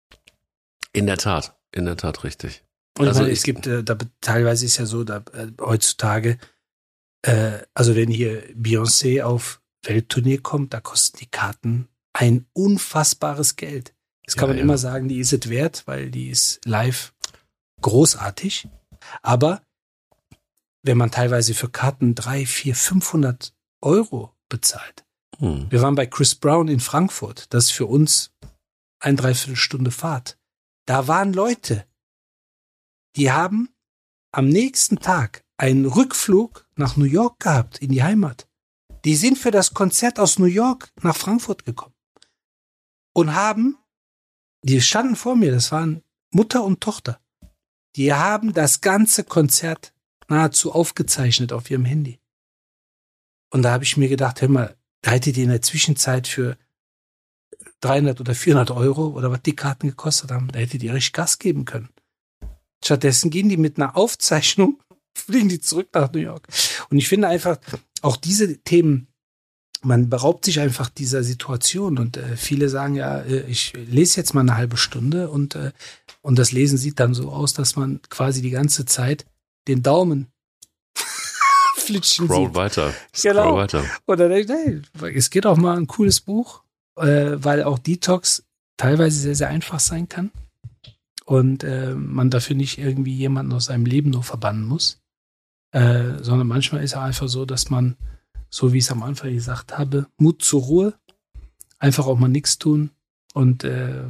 [SPEAKER 2] in der Tat, in der Tat richtig.
[SPEAKER 3] Und
[SPEAKER 2] also
[SPEAKER 3] meine,
[SPEAKER 2] ich,
[SPEAKER 3] es gibt, äh, da, teilweise ist ja so, da, äh, heutzutage, äh, also wenn hier Beyoncé auf Welttournee kommt, da kosten die Karten ein unfassbares Geld. Das kann ja, man ja. immer sagen, die ist es wert, weil die ist live großartig. Aber wenn man teilweise für Karten drei, vier, fünfhundert Euro bezahlt. Hm. Wir waren bei Chris Brown in Frankfurt. Das ist für uns ein Dreiviertelstunde Fahrt. Da waren Leute, die haben am nächsten Tag einen Rückflug nach New York gehabt, in die Heimat. Die sind für das Konzert aus New York nach Frankfurt gekommen und haben, die standen vor mir, das waren Mutter und Tochter, die haben das ganze Konzert nahezu aufgezeichnet auf ihrem Handy. Und da habe ich mir gedacht, hör mal, da hättet ihr in der Zwischenzeit für dreihundert oder vierhundert Euro oder was die Karten gekostet haben, da hättet ihr richtig Gas geben können. Stattdessen gehen die mit einer Aufzeichnung, fliegen die zurück nach New York. Und ich finde einfach, auch diese Themen, man beraubt sich einfach dieser Situation und äh, viele sagen ja, äh, ich lese jetzt mal eine halbe Stunde und, äh, und das Lesen sieht dann so aus, dass man quasi die ganze Zeit den Daumen flitschen
[SPEAKER 2] Scroll
[SPEAKER 3] sieht.
[SPEAKER 2] weiter. Scroll
[SPEAKER 3] genau.
[SPEAKER 2] weiter.
[SPEAKER 3] Und dann denke ich, hey, es geht auch mal ein cooles Buch, äh, weil auch Detox teilweise sehr, sehr einfach sein kann und äh, man dafür nicht irgendwie jemanden aus seinem Leben nur verbannen muss. Äh, sondern manchmal ist es einfach so, dass man, so wie ich es am Anfang gesagt habe, Mut zur Ruhe, einfach auch mal nichts tun und äh,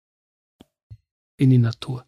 [SPEAKER 3] in die Natur.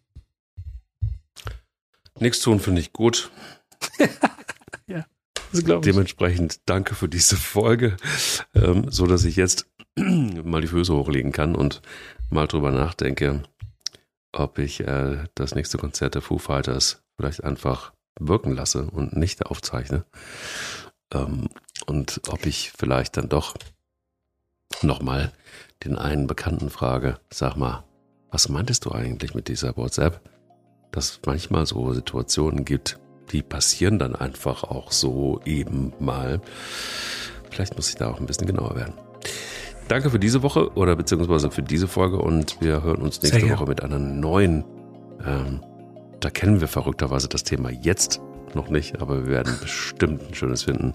[SPEAKER 2] Nichts tun finde ich gut.
[SPEAKER 3] Ja, das glaube ich.
[SPEAKER 2] Dementsprechend danke für diese Folge, ähm, so dass ich jetzt mal die Füße hochlegen kann und mal drüber nachdenke, ob ich äh, das nächste Konzert der Foo Fighters vielleicht einfach wirken lasse und nicht aufzeichne. Ähm, und ob ich vielleicht dann doch nochmal den einen Bekannten frage, sag mal, was meintest du eigentlich mit dieser WhatsApp? Dass es manchmal so Situationen gibt, die passieren dann einfach auch so eben mal. Vielleicht muss ich da auch ein bisschen genauer werden. Danke für diese Woche oder beziehungsweise für diese Folge und wir hören uns nächste Woche mit einer neuen. Ähm, da kennen wir verrückterweise das Thema jetzt noch nicht, aber wir werden bestimmt ein schönes finden.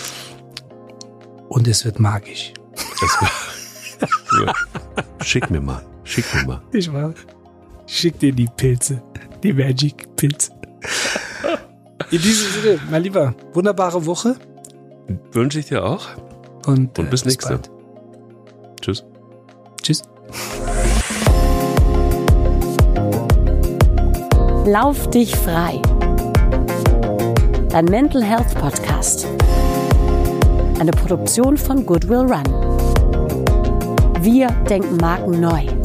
[SPEAKER 3] Und es wird magisch.
[SPEAKER 2] Es wird, schick mir mal, schick mir mal.
[SPEAKER 3] Ich war, schick dir die Pilze, die Magic-Pilze. In diesem Sinne, mein Lieber, wunderbare Woche.
[SPEAKER 2] Wünsche ich dir auch.
[SPEAKER 3] Und,
[SPEAKER 2] und bis
[SPEAKER 3] äh,
[SPEAKER 2] nächste.
[SPEAKER 3] Bald.
[SPEAKER 2] Tschüss.
[SPEAKER 3] Tschüss.
[SPEAKER 1] Lauf dich frei. Dein Mental Health Podcast. Eine Produktion von Goodwill Run. Wir denken Marken neu.